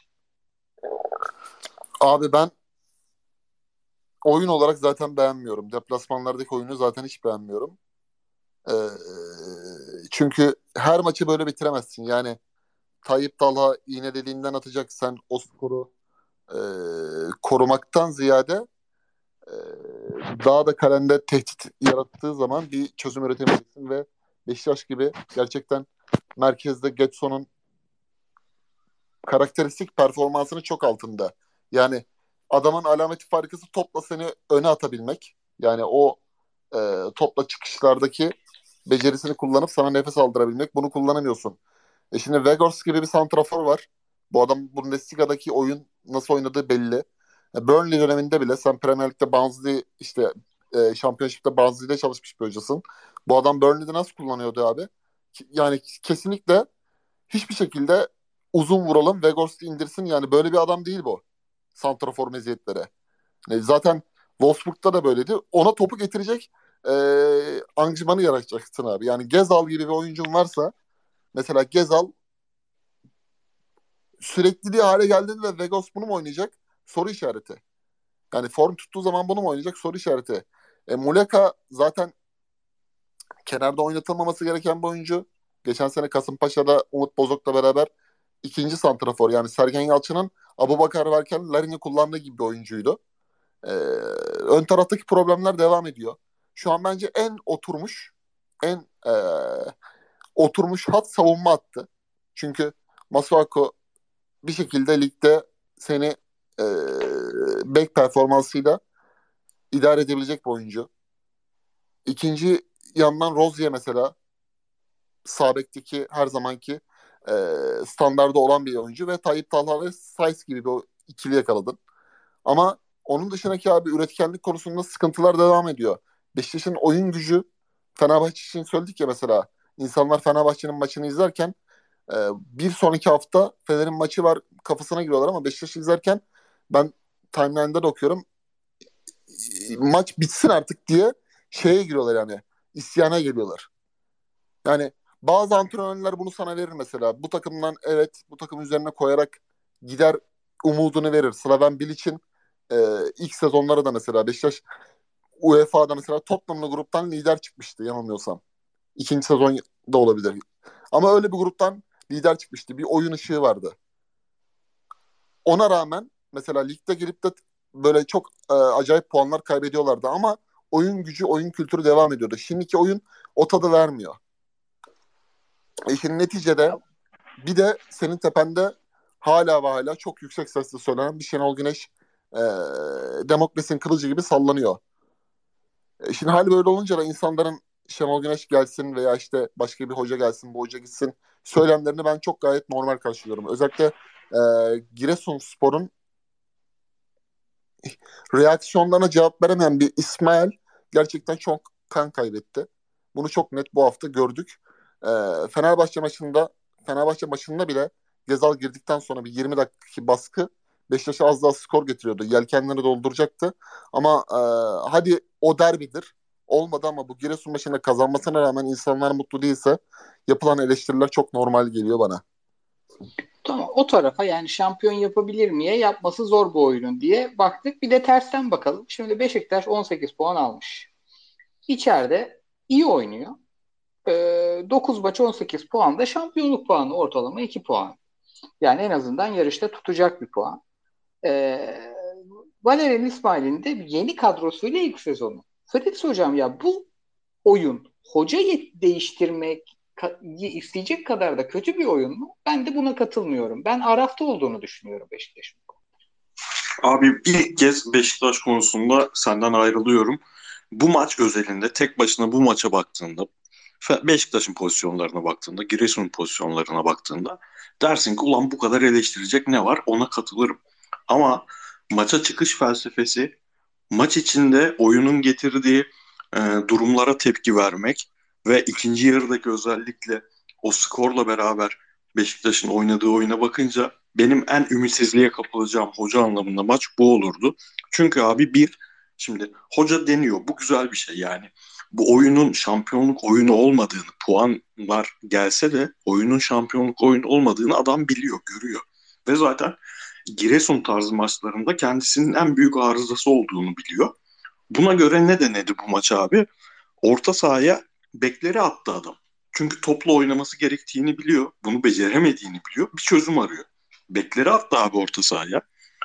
Abi ben oyun olarak zaten beğenmiyorum. Deplasmanlardaki oyunu zaten hiç beğenmiyorum. Ee, çünkü her maçı böyle bitiremezsin. Yani Tayyip Talha iğnelediğinden atacak sen o skoru e, korumaktan ziyade e, daha da kalende tehdit yarattığı zaman bir çözüm üretemeyeceksin ve Beşiktaş gibi gerçekten merkezde Getson'un karakteristik performansının çok altında. Yani adamın alameti farikası topla seni öne atabilmek. Yani o topla çıkışlardaki becerisini kullanıp sana nefes aldırabilmek. Bunu kullanamıyorsun. Şimdi Weghorst gibi bir santrafor var. Bu adam Bundesliga'daki oyun nasıl oynadığı belli. Burnley döneminde bile sen Premier Lig'de Barnsley işte Championship'te Barnsley'de çalışmış bir hocasın. Bu adam Burnley'de nasıl kullanıyordu abi? Yani kesinlikle hiçbir şekilde uzun vuralım, Weghorst'u indirsin. Yani böyle bir adam değil bu. Santrafor meziyetleri. Zaten Wolfsburg'da da böyleydi. Ona topu getirecek angajamanı yaratacaksın abi. Yani Gezal gibi bir oyuncun varsa, mesela Gezal sürekliliği hale geldiğinde de Vegas bunu mu oynayacak? Soru işareti. Yani form tuttuğu zaman bunu mu oynayacak? Soru işareti. Muleka zaten kenarda oynatılmaması gereken bir oyuncu. Geçen sene Kasımpaşa'da Umut Bozok'la beraber ikinci santrafor. Yani Sergen Yalçın'ın Abubakar varken Larin'i kullandığı gibi bir oyuncuydu. Ön taraftaki problemler devam ediyor. Şu an bence en oturmuş hat savunma hattı. Çünkü Masuako bir şekilde ligde seni e, back performansıyla idare edebilecek bir oyuncu. İkinci yandan Rozier mesela sağ bekteki her zamanki e, standarda olan bir oyuncu ve Tayyip Talha ve Saiz gibi bir ikili yakaladın. Ama onun dışındaki abi üretkenlik konusunda sıkıntılar devam ediyor. Beşiktaş'ın oyun gücü Fenerbahçe için söyledik ya mesela. İnsanlar Fenerbahçe'nin maçını izlerken bir sonraki hafta Fener'in maçı var kafasına giriyorlar ama Beşiktaş'ı izlerken ben timeline'da da okuyorum. Maç bitsin artık diye şeye giriyorlar yani. İsyana geliyorlar. Yani bazı antrenörler bunu sana verir mesela. Bu takımdan evet bu takım üzerine koyarak gider umudunu verir. Slaven Bilic'in ilk sezonları da mesela Beşiktaş UEFA'da mesela Tottenham'lı gruptan lider çıkmıştı yanılmıyorsam. İkinci sezon da olabilir. Ama öyle bir gruptan lider çıkmıştı. Bir oyun ışığı vardı. Ona rağmen mesela ligde gelip de böyle çok acayip puanlar kaybediyorlardı ama oyun gücü, oyun kültürü devam ediyordu. Şimdiki oyun o tadı vermiyor. Şimdi neticede bir de senin tepende hala ve hala çok yüksek sesle söylenen bir Şenol Güneş e, Demokrasinin kılıcı gibi sallanıyor. Şimdi hal böyle olunca da insanların Şenol Güneş gelsin veya işte başka bir hoca gelsin, bu hoca gitsin söylemlerini ben çok gayet normal karşılıyorum. Özellikle Giresunspor'un reaksiyonlarına cevap veremeyen bir İsmail gerçekten çok kan kaybetti. Bunu çok net bu hafta gördük. Ee, Fenerbahçe maçında Fenerbahçe maçında bile Gezal girdikten sonra bir 20 dakika baskı Beşiktaş'a az daha skor getiriyordu. Yelkenleri dolduracaktı. Ama hadi o derbidir. Olmadı ama bu Giresun maçında kazanmasına rağmen insanlar mutlu değilse yapılan eleştiriler çok normal geliyor bana. Tamam, o tarafa yani şampiyon yapabilir miye, yapması zor bu oyunun diye baktık. Bir de tersten bakalım. Şimdi Beşiktaş 18 puan almış. İçeride iyi oynuyor. 9 maç 18 puan da şampiyonluk puanı, ortalama 2 puan. Yani en azından yarışta tutacak bir puan. Ee, Valerian İsmail'in de yeni kadrosuyla ilk sezonu. Fritz hocam, ya bu oyun hoca değiştirmek isteyecek kadar da kötü bir oyun mu? Ben de buna katılmıyorum. Ben arafta olduğunu düşünüyorum Beşiktaş'ın. Abi ilk kez Beşiktaş konusunda senden ayrılıyorum. Bu maç özelinde tek başına bu maça baktığında, Beşiktaş'ın pozisyonlarına baktığında, Giresun'un pozisyonlarına baktığında dersin ki ulan bu kadar eleştirecek ne var? Ona katılırım. Ama maça çıkış felsefesi, maç içinde oyunun getirdiği durumlara tepki vermek ve ikinci yarıdaki özellikle o skorla beraber Beşiktaş'ın oynadığı oyuna bakınca benim en ümitsizliğe kapılacağım hoca anlamında maç bu olurdu. Çünkü abi şimdi hoca deniyor, bu güzel bir şey yani. Bu oyunun şampiyonluk oyunu olmadığını, puanlar gelse de oyunun şampiyonluk oyunu olmadığını adam biliyor, görüyor. Ve zaten Giresun tarzı maçlarında kendisinin en büyük arızası olduğunu biliyor. Buna göre ne denedi bu maç abi? Orta sahaya bekleri attı adam. Çünkü topla oynaması gerektiğini biliyor. Bunu beceremediğini biliyor. Bir çözüm arıyor. Bekleri attı abi orta sahaya.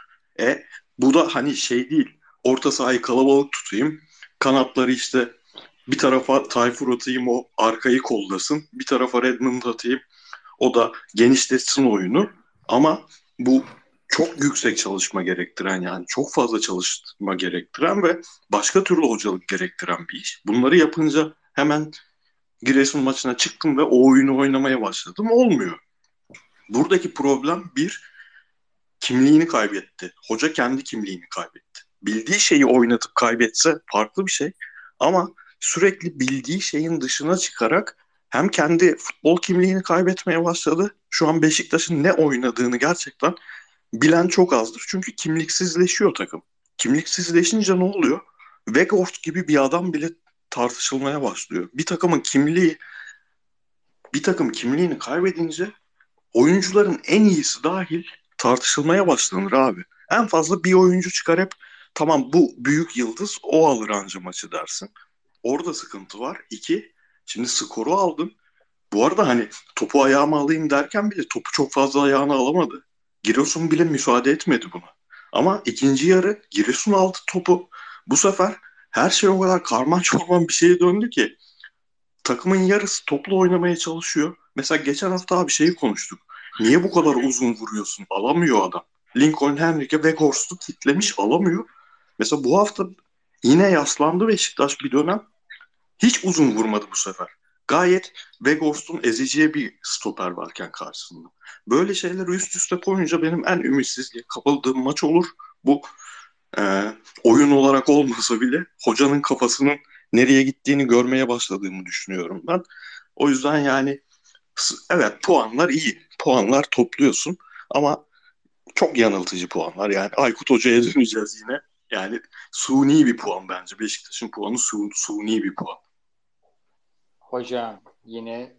Bu da hani şey değil. Orta sahayı kalabalık tutayım. Kanatları işte bir tarafa Tayfur atayım, o arkayı kollasın. Bir tarafa Redmond atayım, o da genişletsin oyunu. Ama bu çok yüksek çalışma gerektiren, yani çok fazla çalışma gerektiren ve başka türlü hocalık gerektiren bir iş. Bunları yapınca hemen Giresun maçına çıktım ve o oyunu oynamaya başladım. Olmuyor. Buradaki problem kimliğini kaybetti. Hoca kendi kimliğini kaybetti. Bildiği şeyi oynatıp kaybetse farklı bir şey. Ama sürekli bildiği şeyin dışına çıkarak hem kendi futbol kimliğini kaybetmeye başladı şu an Beşiktaş'ın ne oynadığını gerçekten bilen çok azdır. Çünkü kimliksizleşiyor takım. Kimliksizleşince ne oluyor? Weghorst gibi bir adam bile tartışılmaya başlıyor. Bir takım kimliğini kaybedince oyuncuların en iyisi dahil tartışılmaya başlanır abi. En fazla bir oyuncu çıkar hep, tamam bu büyük yıldız, o alır anca maçı dersin. Orada sıkıntı var. İki, şimdi skoru aldın. Bu arada hani topu ayağıma alayım derken bile topu çok fazla ayağına alamadı. Giresun bile müsaade etmedi buna. Ama ikinci yarı Giresun aldı topu. Bu sefer her şey o kadar karman çorman bir şeye döndü ki takımın yarısı toplu oynamaya çalışıyor. Mesela geçen hafta abi şeyi konuştuk. Niye bu kadar uzun vuruyorsun? Alamıyor adam. Lincoln Henrique Weghorst'u kitlemiş, alamıyor. Mesela bu hafta yine yaslandı Beşiktaş bir dönem. Hiç uzun vurmadı bu sefer. Gayet Weghorst'un ezeceği bir stoper varken karşısında. Böyle şeyleri üst üste koyunca benim en ümitsizliğe kapıldığım maç olur. Bu oyun olarak olmasa bile hocanın kafasının nereye gittiğini görmeye başladığımı düşünüyorum ben. O yüzden yani evet, puanlar iyi. Puanlar topluyorsun ama çok yanıltıcı puanlar. Yani Aykut Hoca'ya döneceğiz yine. Yani suni bir puan bence. Beşiktaş'ın puanı suni bir puan. Hocam yine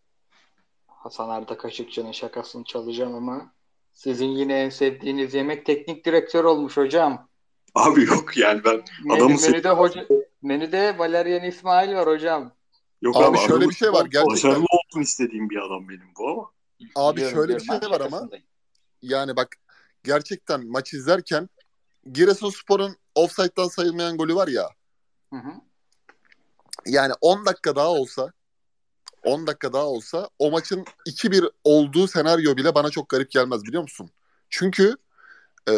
Hasan Arda Kaşıkçı'nın şakasını çalacağım ama sizin yine en sevdiğiniz yemek teknik direktör olmuş hocam. Abi yok yani ben adamı Menüde Valerian İsmail var hocam. yok Abi abi, şöyle adamı bir şey var başarılı gerçekten. olsun istediğim bir adam benim bu ama. Abi Biliyorum şöyle bir biliyorum, şey ben var ama şakasındayım. yani bak, gerçekten maç izlerken Giresunspor'un ofsayttan sayılmayan golü var ya, Hı hı. yani 10 dakika daha olsa 10 dakika daha olsa o maçın 2-1 olduğu senaryo bile bana çok garip gelmez, biliyor musun? Çünkü e,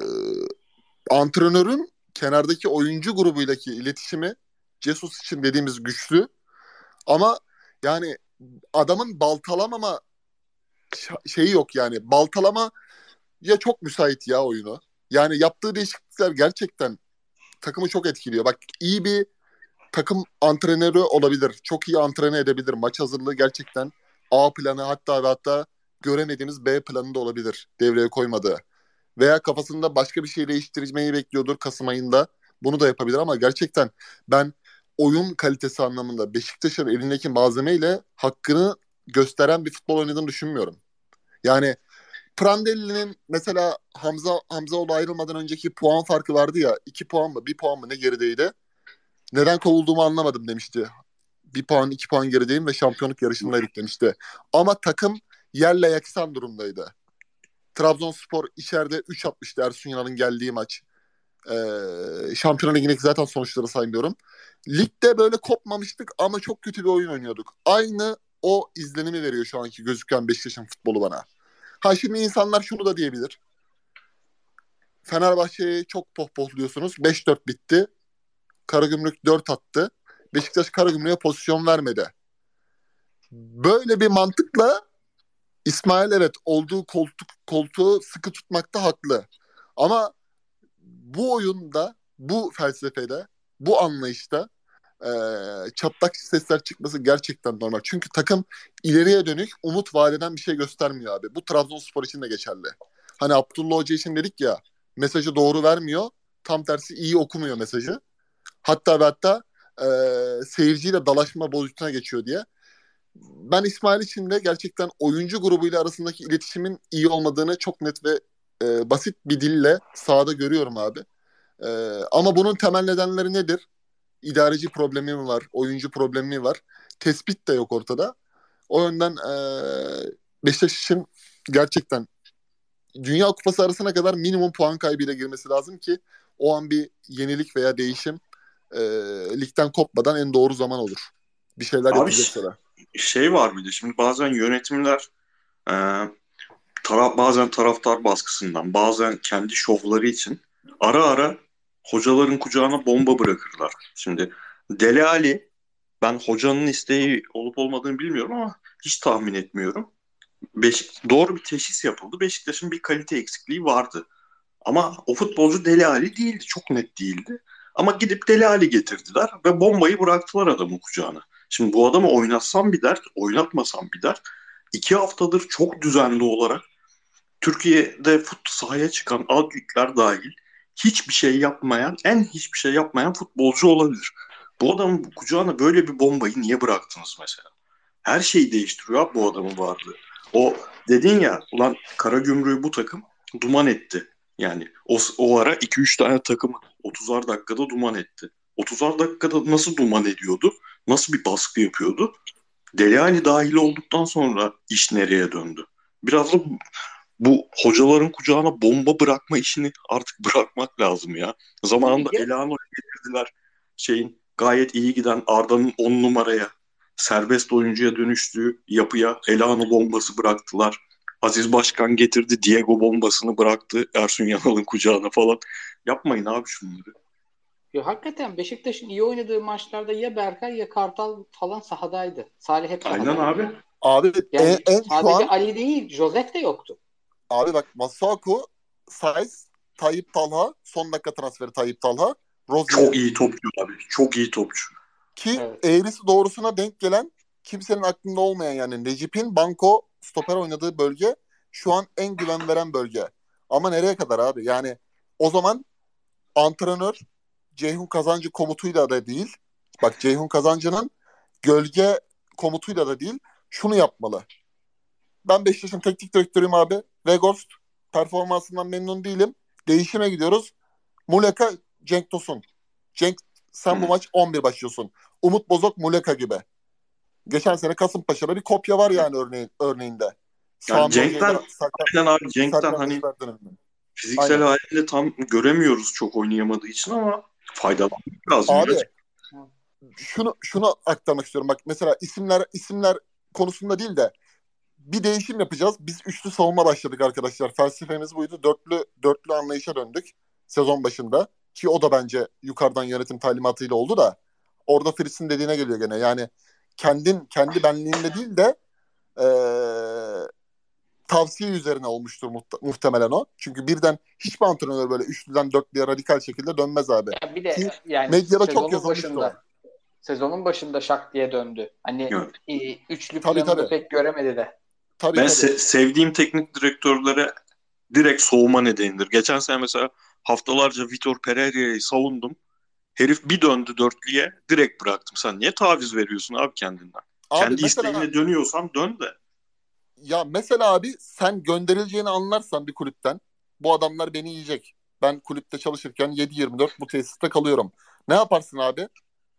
antrenörün kenardaki oyuncu grubuyla iletişimi Jesus için dediğimiz güçlü, ama yani adamın baltalamama şeyi yok yani. Baltalama ya çok müsait ya oyunu. Yani yaptığı değişiklikler gerçekten takımı çok etkiliyor. Bak, iyi bir takım antrenörü olabilir. Çok iyi antrene edebilir. Maç hazırlığı gerçekten A planı, hatta ve hatta göremediğimiz B planı da olabilir devreye koymadığı. Veya kafasında başka bir şey değiştirmeyi bekliyordur Kasım ayında. Bunu da yapabilir ama gerçekten ben oyun kalitesi anlamında Beşiktaş'ın elindeki malzemeyle hakkını gösteren bir futbol oynadığını düşünmüyorum. Yani Prandelli'nin mesela Hamzaoğlu ayrılmadan önceki puan farkı vardı ya, 2 puan mı 1 puan mı ne gerideydi. Neden kovulduğumu anlamadım demişti. 1 puan 2 puan gerideyim ve şampiyonluk yarışındaydık demişti. Ama takım yerle yeksan durumdaydı. Trabzonspor içeride 3 atmıştı Ersun Yanal'ın geldiği maç. Şampiyonlar Ligi'ndeki zaten sonuçları saymıyorum. Ligde böyle kopmamıştık ama çok kötü bir oyun oynuyorduk. Aynı o izlenimi veriyor şu anki gözüken Beşiktaş'ın futbolu bana. Ha, şimdi insanlar şunu da diyebilir. Fenerbahçe'yi çok pohpohluyorsunuz. 5-4 bitti. Karagümrük 4 attı. Beşiktaş Karagümrük'e pozisyon vermedi. Böyle bir mantıkla İsmail evet olduğu koltuğu sıkı tutmakta haklı. Ama bu oyunda, bu felsefede, bu anlayışta çatlak sesler çıkması gerçekten normal. Çünkü takım ileriye dönük umut vadeden bir şey göstermiyor abi. Bu Trabzonspor için de geçerli. Hani Abdullah Hoca için dedik ya, mesajı doğru vermiyor. Tam tersi iyi okumuyor mesajı. Hatta ve hatta seyirciyle dalaşma boyutuna geçiyor diye. Ben İsmail için de gerçekten oyuncu grubuyla arasındaki iletişimin iyi olmadığını çok net ve basit bir dille sahada görüyorum abi. E, Ama bunun temel nedenleri nedir? İdareci problemi mi var? Oyuncu problemi mi var? Tespit de yok ortada. O yönden Beşiktaş için gerçekten Dünya Kupası arasına kadar minimum puan kaybıyla girmesi lazım ki o an bir yenilik veya değişim e, ligden kopmadan en doğru zaman olur. Bir şeyler Abi yapacaksa da. şey var bir de şimdi bazen yönetimler e, bazen taraftar baskısından, bazen kendi şovları için ara ara hocaların kucağına bomba bırakırlar. Şimdi Dele Alli, ben hocanın isteği olup olmadığını bilmiyorum ama hiç tahmin etmiyorum. Doğru bir teşhis yapıldı. Beşiktaş'ın bir kalite eksikliği vardı. Ama o futbolcu Dele Alli değildi. Çok net değildi. Ama gidip Dele Alli getirdiler ve bombayı bıraktılar adamın kucağına. Şimdi bu adamı oynatsam bir dert, oynatmasam bir dert. 2 haftadır çok düzenli olarak Türkiye'de sahaya çıkan alt ligler dahil hiçbir şey yapmayan futbolcu olabilir. Bu adamın kucağına böyle bir bombayı niye bıraktınız mesela? Her şeyi değiştiriyor abi bu adamın varlığı. O dedin ya, ulan Karagümrük'ü bu takım duman etti. Yani o ara 2-3 tane takımı 30'ar dakikada duman etti. 30'ar dakikada nasıl duman ediyordu? Nasıl bir baskı yapıyordu? Dele Alli dahil olduktan sonra iş nereye döndü? Biraz da bu hocaların kucağına bomba bırakma işini artık bırakmak lazım ya. Zamanında Ya, Elano'yu getirdiler. Gayet iyi giden Arda'nın 10 numaraya, serbest oyuncuya dönüştüğü yapıya Elano bombası bıraktılar. Aziz Başkan getirdi, Diego bombasını bıraktı Ersun Yanal'ın kucağına falan. Yapmayın abi şunları. hakikaten Beşiktaş'ın iyi oynadığı maçlarda ya Berkay ya Kartal falan sahadaydı. Salih hep Aynen sahadaydı. abi. Abi Yani şu sadece an Ali değil, Josef de yoktu. abi bak Masuaku, Saiz, Tayyip Talha, son dakika transferi Tayyip Talha, Rozier Çok iyi topçu abi. Çok iyi topçu. ki Evet. eğrisi doğrusuna denk gelen, kimsenin aklında olmayan, yani Necip'in banko stoper oynadığı bölge şu an en güven veren bölge. Ama nereye kadar abi? Yani o zaman antrenör Ceyhun Kazancı komutuyla da değil. Bak, Ceyhun Kazancı'nın gölge komutuyla da değil. Şunu yapmalı. Ben Beşiktaş'ın teknik direktörüyüm abi. Weghorst performansından memnun değilim. Değişime gidiyoruz. Muleka, Cenk Tosun. Cenk, sen bu Hı. maç 11 başlıyorsun. Umut Bozok, Muleka gibi. Geçen sene Kasımpaşa'da bir kopya var yani örneğinde. Yani Sami Hoca'yı da Aynen abi Cenk'ten Serkan hani Işler döneminde. fiziksel Aynen. halinde tam göremiyoruz çok oynayamadığı için ama faydalanmak lazım ya. Abi şunu aktarmak istiyorum. Bak mesela isimler konusunda değil de bir değişim yapacağız. Biz üçlü savunma başladık arkadaşlar. Felsefemiz buydu. Dörtlü anlayışa döndük sezon başında. Ki o da bence yukarıdan yönetim talimatıyla oldu da. Orada Fritz'in dediğine geliyor gene. Yani kendi benliğinde değil de tavsiye üzerine olmuştur muhtemelen o. Çünkü birden hiçbir antrenör böyle üçlüden dörtlüye radikal şekilde dönmez abi. Ya bir de Ki yani medyada çok yazılmıştı o. sezonun başında şak diye döndü. Hani Evet. üçlü Tabii planı da tabii. pek göremedi de. Tabii Ben tabii. sevdiğim teknik direktörlere direkt soğuma nedenidir. Geçen sene mesela haftalarca Vitor Pereira'yı savundum. Herif bir döndü dörtlüye, direkt bıraktım. Sen niye taviz veriyorsun abi kendinden? Abi Kendi mesela isteğine dönüyorsan dön de. abi sen gönderileceğini anlarsan bir kulüpten, bu adamlar beni yiyecek. Ben kulüpte çalışırken 7/24 bu tesiste kalıyorum. Ne yaparsın abi?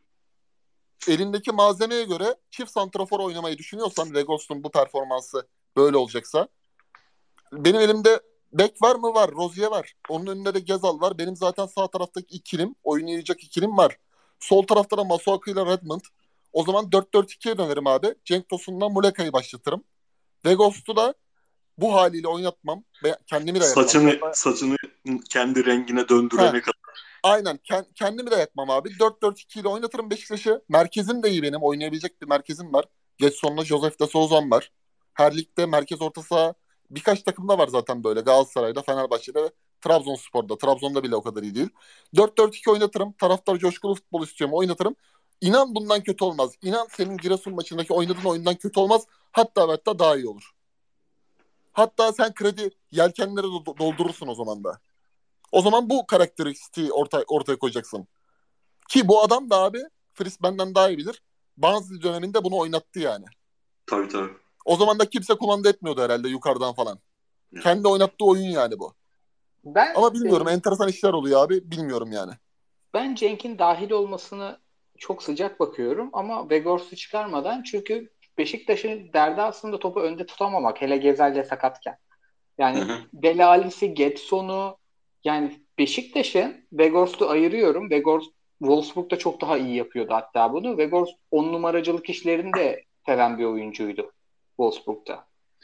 Elindeki malzemeye göre çift santrafor oynamayı düşünüyorsan, Vegos'un bu performansı böyle olacaksa, benim elimde bek var mı? Var. Rozier var. Onun önünde de Gezal var. Benim zaten sağ taraftaki ikilim, oynayacak ikilim var. Sol tarafta da Masuaku ile Redmond. O zaman 4-4-2'ye dönerim abi. Cenk Tosun'dan Muleka'yı başlatırım. Vegos'u da bu haliyle oynatmam. Kendimi de yakmam. Saçını kendi rengine Ha, döndürene kadar. aynen. Kendimi de yakmam abi. 4-4-2 ile oynatırım Beşiktaş'ı. Merkezim de iyi benim. Oynayabilecek bir merkezim var. Getson'la Josef de Souza'm var. Her ligde merkez orta saha birkaç takımda var zaten böyle. Galatasaray'da, Fenerbahçe'de ve Trabzonspor'da. Trabzon'da bile o kadar iyi değil. 4-4-2 oynatırım. Taraftar coşkulu futbol istiyorum. Oynatırım. İnan bundan kötü olmaz. İnan senin Giresun maçındaki oynadığın oyundan kötü olmaz. Hatta daha iyi olur. Hatta sen kredi yelkenleri doldurursun o zaman da. O zaman bu karakteristiği ortaya koyacaksın. Ki bu adam da abi, Fritz benden daha iyi bilir. Bazı döneminde bunu oynattı yani. Tabii tabii. O zaman da kimse kumanda etmiyordu herhalde yukarıdan falan. Kendi oynattığı oyun yani bu. Ben Ama bilmiyorum, enteresan işler oluyor abi. Bilmiyorum yani. ben Cenk'in dahil olmasını çok sıcak bakıyorum ama Weghorst'u çıkarmadan, çünkü Beşiktaş'ın derdi aslında topu önde tutamamak, hele Gezal'le sakatken. Hı Yani hı. Dele Alli'si, Getson'u, yani Beşiktaş'ın, Weghorst'u ayırıyorum. Weghorst Wolfsburg'da çok daha iyi yapıyordu hatta bunu. Weghorst 10 numaracılık işlerini de seven bir oyuncuydu Wolfsburg'da.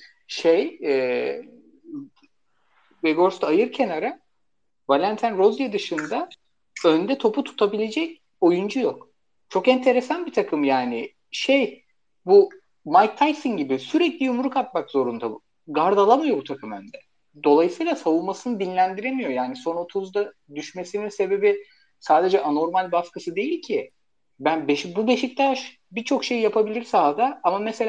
Weghorst'u ayır kenara, Valentin Rozier dışında önde topu tutabilecek oyuncu yok. Çok enteresan bir takım yani. Bu Mike Tyson gibi sürekli yumruk atmak zorunda bu. Gard alamıyor bu takım önde. Dolayısıyla savunmasını dinlendiremiyor. Yani son 30'da düşmesinin sebebi sadece anormal baskısı değil ki. Bu Beşiktaş birçok şey yapabilir sahada ama mesela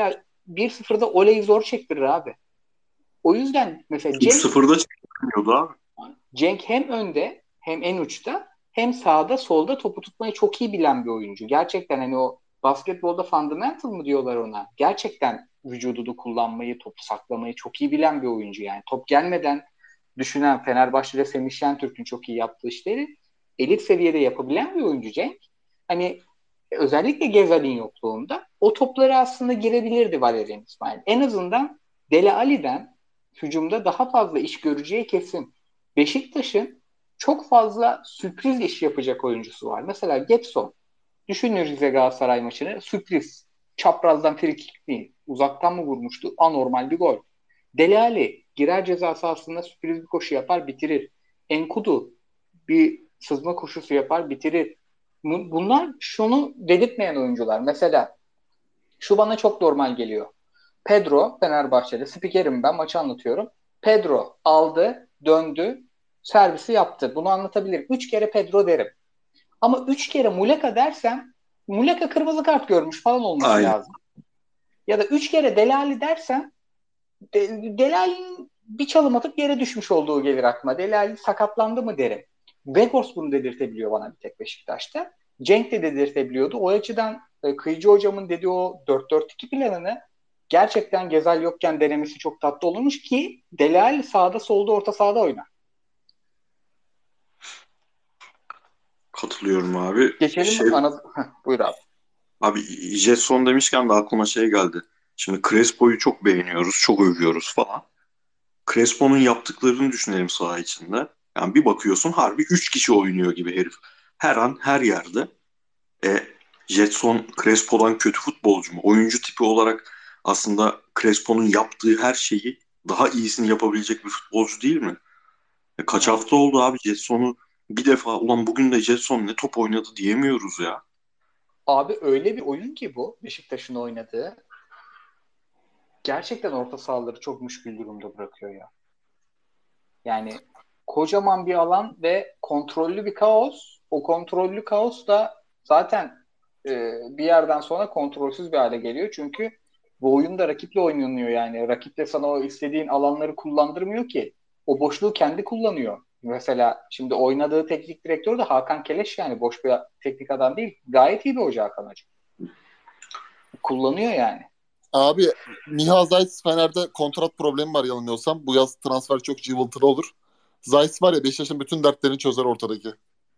1-0'da oleyi zor çektirir abi. O yüzden mesela İlk sıfırda çekmiyordu abi. Cenk hem önde hem en uçta hem sağda solda topu tutmayı çok iyi bilen bir oyuncu. Gerçekten hani o basketbolda fundamental mı diyorlar ona? Gerçekten vücudunu kullanmayı, topu saklamayı çok iyi bilen bir oyuncu yani. Top gelmeden düşünen Fenerbahçe'de Semih Şentürk'ün çok iyi yaptığı işleri elit seviyede yapabilen bir oyuncu Cenk. Hani özellikle Gezal'in yokluğunda o topları aslında girebilirdi Valerian İsmail. En azından Dele Alli'den hücumda daha fazla iş göreceği kesin. Beşiktaş'ın çok fazla sürpriz iş yapacak oyuncusu var. Mesela Getson. Düşünün Rize Galatasaray maçını. Sürpriz. Çaprazdan frikik değil. Uzaktan mı vurmuştu? Anormal bir gol. Dele Alli girer ceza sahasında sürpriz bir koşu yapar bitirir. Enkudu bir sızma koşusu yapar bitirir. Bunlar şunu dedirtmeyen oyuncular. Mesela şu bana çok normal geliyor. Pedro Fenerbahçe'de spikerim ben maçı anlatıyorum. Pedro aldı, döndü, servisi yaptı. Bunu anlatabilirim. 3 kere Pedro derim. Ama 3 kere Muleka dersem Muleka kırmızı kart görmüş falan olması Aynen. lazım. Ya da 3 kere Delali dersem Delali'nin bir çalım atıp yere düşmüş olduğu gelir aklıma. Delali sakatlandı mı derim. Weghorst bunu dedirtebiliyor bana bir tek Beşiktaş'ta. Cenk de dedirtebiliyordu. O açıdan Kıyıcı hocamın dediği o 4-4-2 planını gerçekten Gezal yokken denemesi çok tatlı olmuş ki Delali sağda solda orta sahada oynar. Katılıyorum abi. Geçelim mi? Buyur abi. Abi Jetson demişken de aklıma şey geldi. Şimdi Crespo'yu çok beğeniyoruz, çok övüyoruz falan. Crespo'nun yaptıklarını düşünelim saha içinde. Yani bir bakıyorsun harbi 3 kişi oynuyor gibi herif. Her an her yerde. E, Jetson Crespo'dan kötü futbolcu mu? Oyuncu tipi olarak aslında Crespo'nun yaptığı her şeyi daha iyisini yapabilecek bir futbolcu değil mi? Kaç Evet. hafta oldu abi Jetson'u bir defa ulan bugün de Jetson ne top oynadı diyemiyoruz ya. Abi öyle bir oyun ki bu Beşiktaş'ın oynadığı. Gerçekten orta sahaları çok müşkül durumda bırakıyor ya. Yani kocaman bir alan ve kontrollü bir kaos. O kontrollü kaos da zaten bir yerden sonra kontrolsüz bir hale geliyor. Çünkü bu oyunda rakiple oynanıyor yani. Rakip de sana o istediğin alanları kullandırmıyor ki. O boşluğu kendi kullanıyor. Mesela şimdi oynadığı teknik direktör de Hakan Keleş yani boş bir teknik adam değil. Gayet iyi bir hoca Hakan Hoca. Kullanıyor yani. Abi Miha Zayt Fener'de kontrat problemi var yanılmıyorsam. Bu yaz transfer çok cıvıltılı olur. Zayt var ya Beşiktaş'ın bütün dertlerini çözer ortadaki.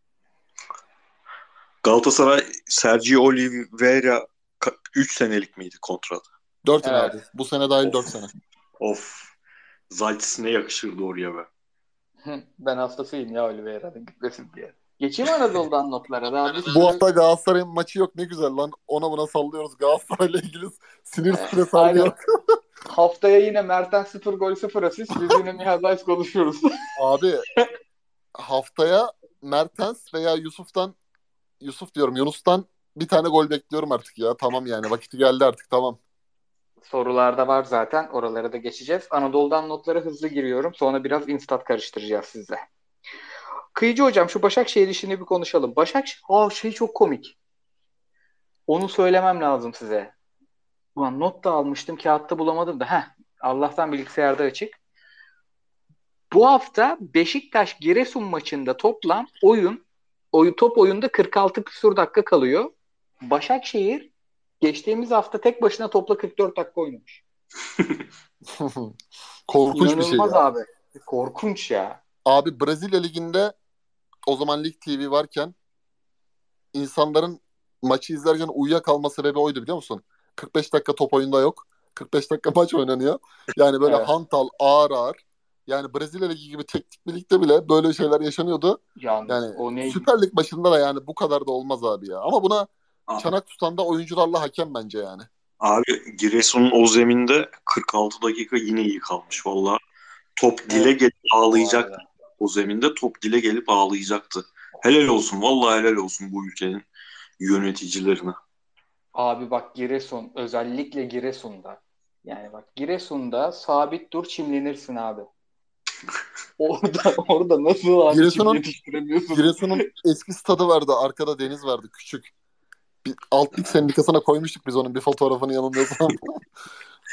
Galatasaray Sergio Oliveira 3 senelik miydi kontrat? 4 sene abi. Evet. Bu sene dahil 4 Of. sene. Of. Zaytis ne yakışırdı oraya be. Ben hastasıyım ya Oliveira'nın gitmesin diye. Geçeyim Anadolu'dan notlara. Daha bir Bu sürü hafta Galatasaray'ın maçı yok ne güzel lan. Ona buna sallıyoruz. Galatasaray'la ilgili sinir stres hali aynen. yok. Haftaya yine Mertens 0 gol 0 asist. Biz yine Mihaldayız konuşuyoruz. Abi haftaya Mertens veya Yusuf diyorum Yunus'tan bir tane gol bekliyorum artık ya. Tamam yani vakiti geldi artık tamam. Sorularda var zaten. Oralara da geçeceğiz. Anadolu'dan notlara hızlı giriyorum. Sonra biraz instat karıştıracağız sizle. Kıyıcı hocam şu Başakşehir işini bir konuşalım. Şey çok komik. Onu söylemem lazım size. Ulan not da almıştım. Kağıtta bulamadım da. Allah'tan bilgisayarda açık. Bu hafta Beşiktaş Giresun maçında toplam top oyunda 46 küsur dakika kalıyor. Başakşehir geçtiğimiz hafta tek başına topla 44 dakika oynamış. Korkunç bir şey İnanılmaz ya. abi. Korkunç ya. Abi Brezilya Ligi'nde o zaman Lig TV varken insanların maçı izlerken uyuyakalma sebebi oydu biliyor musun? 45 dakika top oyunda yok. 45 dakika maç oynanıyor. Yani böyle Evet. hantal ağır ağır. Yani Brezilya Ligi gibi teknik bir ligde bile böyle şeyler yaşanıyordu. Yalnız Yani o neydi? Süper Lig başında da yani bu kadar da olmaz abi ya. Ama buna A- çanak tutan da oyuncularla hakem bence yani. Abi Giresun'un o zeminde 46 dakika yine iyi kalmış valla. Top dile Evet. gelip Bu ağlayacaktı. arada. O zeminde top dile gelip ağlayacaktı. Helal olsun vallahi helal olsun bu ülkenin yöneticilerine. Abi bak Giresun özellikle Giresun'da. Yani bak Giresun'da sabit dur çimlenirsin abi. Orada nasıl abi çim Giresun'un yetiştiremiyorsun? Giresun'un eski stadı vardı. Arkada deniz vardı küçük. Bir alt lig sendikasına koymuştuk biz onun bir fotoğrafını yanılmıyorsam.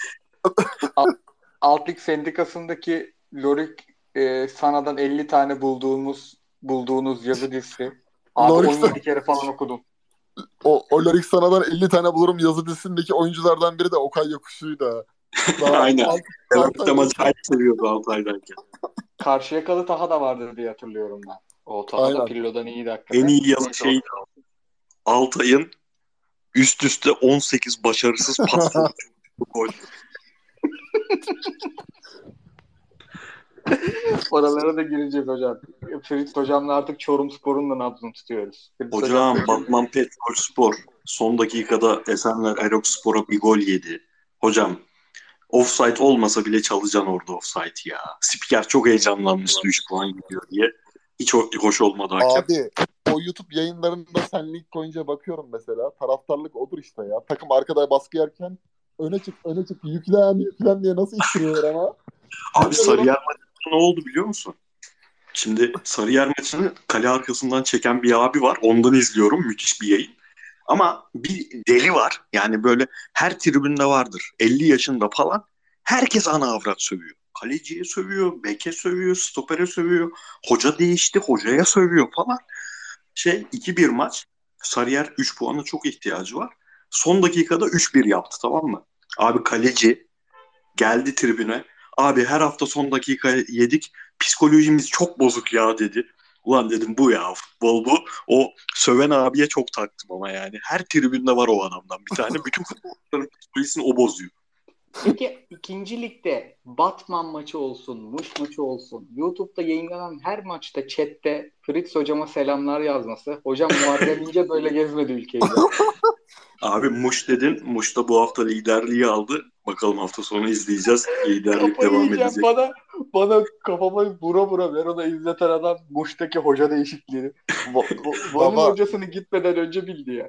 Alt Lig Sendikası'ndaki Lorik Sana'dan 50 tane bulduğunuz yazı dizisi. Abi Lorik 17 kere falan okudum. O Lorik Sana'dan 50 tane bulurum yazı dizisindeki oyunculardan biri de Okay Yokuşu'ydu ha. Aynen. Altay Selahattin acayip seviyordu Altay'dayken. Karşıyakalı Taha da vardır diye hatırlıyorum ben. O Taha da Aynen. Pirlo'dan iyiydi hakikaten. En iyi yazı Neyse, şeydi Altay'ın üst üste 18 başarısız pas sonucu gol. oralara da gireceğiz hocam. Ferit hocamla artık Çorumspor'un da nabzını tutuyoruz. Ferit Hocam hocam, Batman Petrolspor son dakikada Esenler Erokspor'a bir gol yedi. Hocam offside olmasa bile çalacaksın orada offside ya. Spiker çok heyecanlanmıştı 3 puan gidiyor diye. Hiç hoş olmadı hakem. Abi o YouTube yayınlarında sen lig koyunca bakıyorum mesela. Taraftarlık odur işte ya. Takım arkada baskı yerken öne çık yüklen diye nasıl ittiriyorlar ama. Abi Sarıyer maçında ne oldu biliyor musun? Şimdi Sarıyer maçını kale arkasından çeken bir abi var. Ondan izliyorum. Müthiş bir yayın. Ama bir deli var. Yani böyle her tribünde vardır. 50 yaşında falan. Herkes ana avrat sövüyor. Kaleciye sövüyor, beke sövüyor, stopere sövüyor. Hoca değişti, hocaya sövüyor falan. 2-1 maç. Sarıyer 3 puana çok ihtiyacı var. Son dakikada 3-1 yaptı, tamam mı? Abi kaleci geldi tribüne. Abi her hafta son dakika yedik. Psikolojimiz çok bozuk ya dedi. Ulan dedim bu ya futbol bu. O söven abiye çok taktım ama yani. Her tribünde var o adamdan bir tane. Bütün futbolcuların psikolojisini o bozuyor. peki ikinci ligde Batman maçı olsun, Muş maçı olsun, YouTube'da yayınlanan her maçta chatte Fritz hocama selamlar yazması. Hocam Muharrem İnce böyle gezmedi ülkeyi be. Abi Muş dedin. Muş da bu hafta liderliği aldı. Bakalım hafta sonu izleyeceğiz. Liderlik Kafayı devam yiyeceğim. edecek. Bana kafama vura ver ona izleten adam Muş'taki hoca değişikliğini. Van'ın Baba hocasını gitmeden önce bildi ya.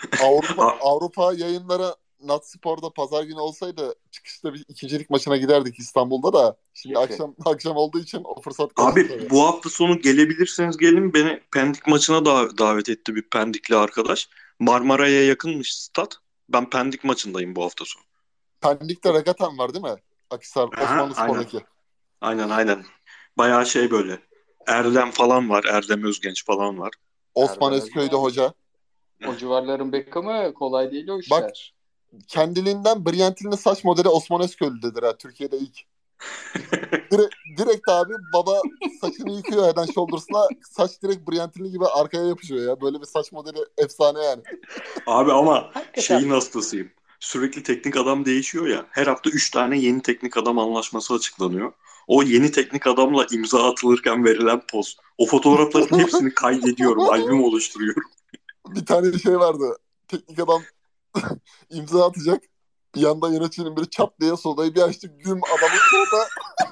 Avrupa yayınları Natspor'da pazar günü olsaydı çıkışta bir ikincilik maçına giderdik İstanbul'da da. Şimdi Kesin. akşam olduğu için o fırsat kaçtı Abi tabii. bu hafta sonu gelebilirseniz gelin. Beni Pendik maçına davet etti bir Pendikli arkadaş. Marmara'ya yakınmış stat. Ben Pendik maçındayım bu hafta sonu. Pendik'te regatan var değil mi? Akhisar, Aha, aynen. Osmanlıspor'daki. Aynen. Bayağı böyle. Erdem falan var. Erdem Özgenç falan var. Osman Erdem Esköy'de Özgen. hoca. O civarların Beckham'ı kolay değil o Bak işler. kendiliğinden Briantin'li saç modeli Osman Esköy'lüdür ha Türkiye'de ilk. Direkt abi baba saçını yıkıyor Head and Shoulders'la saç direkt Briantin'li gibi arkaya yapışıyor ya. Böyle bir saç modeli efsane yani. Abi ama Hakikaten. hastasıyım. Sürekli teknik adam değişiyor ya. Her hafta 3 tane yeni teknik adam anlaşması açıklanıyor. O yeni teknik adamla imza atılırken verilen poz. O fotoğrafların hepsini kaydediyorum. Albüm oluşturuyorum. Bir tane şey vardı. Teknik adam imza atacak. Bir yanda yönetmenin biri çat diye sodayı bir açtı. Güm adamın suratına.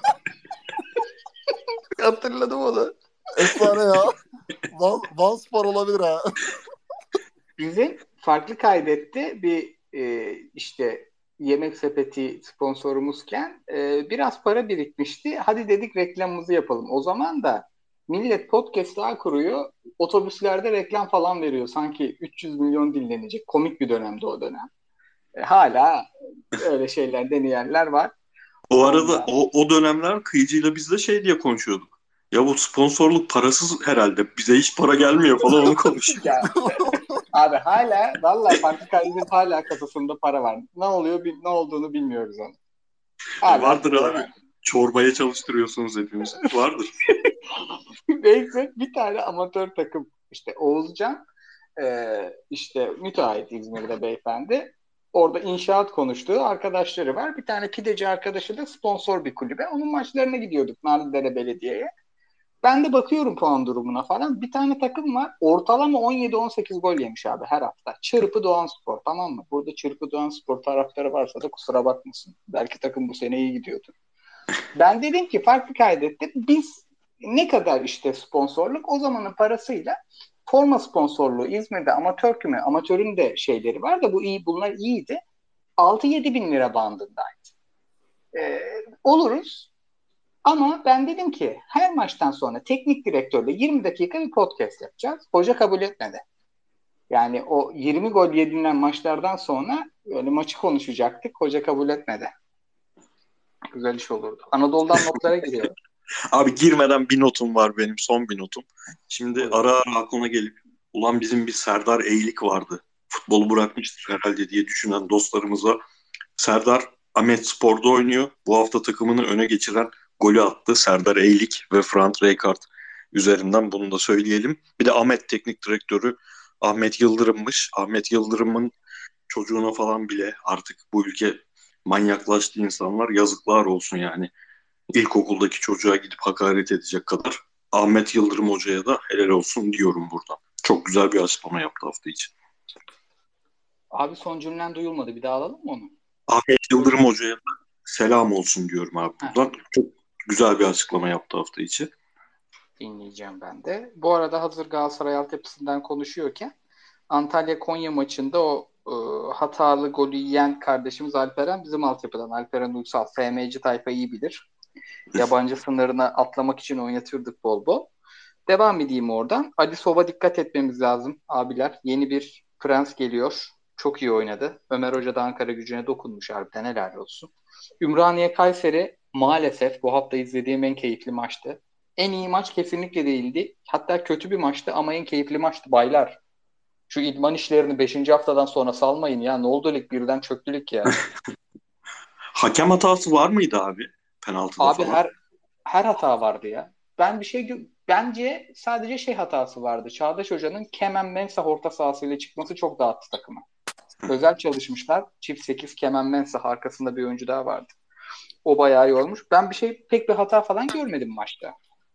Hatırladım onu. Efsane ya. Van Spor olabilir ha. Bizim farklı kaydetti bir işte yemek sepeti sponsorumuzken biraz para birikmişti. Hadi dedik reklamımızı yapalım. O zaman da millet podcast daha kuruyor. Otobüslerde reklam falan veriyor. Sanki 300 milyon dinlenecek. Komik bir dönemdi o dönem. Hala öyle şeyler deneyenler var. O arada Ondan. o dönemler kıyıcıyla biz de diye konuşuyorduk. Ya bu sponsorluk parasız herhalde. Bize hiç para gelmiyor falan onu konuşuyor. Ya, abi hala vallahi farklı kaydedip hala kasasında para var. Ne oluyor ne olduğunu bilmiyoruz onu. Hala Vardır duruyor abi. yani. Çorbaya çalıştırıyorsunuz hepimiz. Vardır. Neyse bir tane amatör takım işte Oğuzcan işte müteahhit İzmir'de beyefendi. Orada inşaat konuştuğu arkadaşları var. Bir tane pideci arkadaşı da sponsor bir kulübe. Onun maçlarına gidiyorduk Narlıdere Belediye'ye. Ben de bakıyorum puan durumuna falan. Bir tane takım var. Ortalama 17-18 gol yemiş abi her hafta. Çırpı Doğanspor, tamam mı? Burada Çırpı Doğanspor taraftarı varsa da kusura bakmasın. Belki takım bu sene iyi gidiyordu. Ben dedim ki farklı kaydettim. Biz ne kadar işte sponsorluk o zamanın parasıyla forma sponsorluğu İzmir'de amatör küme, amatörün de şeyleri var da bunlar iyiydi. 6-7 bin lira bandındaydı. Oluruz. Ama ben dedim ki her maçtan sonra teknik direktörle 20 dakika bir podcast yapacağız. Hoca kabul etmedi. Yani o 20 gol yediğinden maçlardan sonra öyle maçı konuşacaktık. Hoca kabul etmedi. güzel iş olurdu. Anadolu'dan notlara giriyor. Abi girmeden bir notum var benim, son bir notum. Şimdi Buyurun. ara ara aklına gelip ulan bizim bir Serdar Eylik vardı. Futbolu bırakmıştır herhalde diye düşünen dostlarımıza, Serdar Ahmetspor'da oynuyor. Bu hafta takımını öne geçiren golü attı Serdar Eylik ve Frank Rijkaard üzerinden, bunu da söyleyelim. Bir de Ahmet teknik direktörü Ahmet Yıldırım'mış. Ahmet Yıldırım'ın çocuğuna falan bile artık bu ülke manyaklaştı, insanlar yazıklar olsun yani. İlkokuldaki çocuğa gidip hakaret edecek kadar. Ahmet Yıldırım Hoca'ya da helal olsun diyorum buradan. Çok güzel bir açıklama yaptı hafta için. Abi son cümlen duyulmadı. Bir daha alalım mı onu? Ahmet Yıldırım Hoca'ya da selam olsun diyorum abi Heh, buradan. Çok güzel bir açıklama yaptı hafta içi. dinleyeceğim ben de. Bu arada hazır Galatasaray altyapısından konuşuyorken Antalya-Konya maçında o hatalı golü yiyen kardeşimiz Alperen bizim altyapıdan. Alperen Uysal. FM'ci tayfa iyi bilir. Yabancı sınırına atlamak için oynatırdık bol bol. Devam edeyim oradan. Ali Sova dikkat etmemiz lazım abiler. Yeni bir prens geliyor. Çok iyi oynadı. Ömer Hoca da Ankara Gücü'ne dokunmuş harbiden, helal olsun. Ümraniye Kayseri maalesef bu hafta izlediğim en keyifli maçtı. En iyi maç kesinlikle değildi. Hatta kötü bir maçtı ama en keyifli maçtı baylar. Şu idman işlerini 5. haftadan sonra salmayın ya. Ne oldu lig birden çöktü lig ya. Hakem hatası var mıydı abi? Penaltıda Abi falan. her hata vardı ya. Bence sadece şey hatası vardı. Çağdaş Hoca'nın Kemen Mensah orta sahasıyla çıkması çok dağıttı takımı. Özel çalışmışlar. Çift 8 Kemen Mensah, arkasında bir oyuncu daha vardı. O bayağı iyi olmuş. Ben pek bir hata falan görmedim maçta.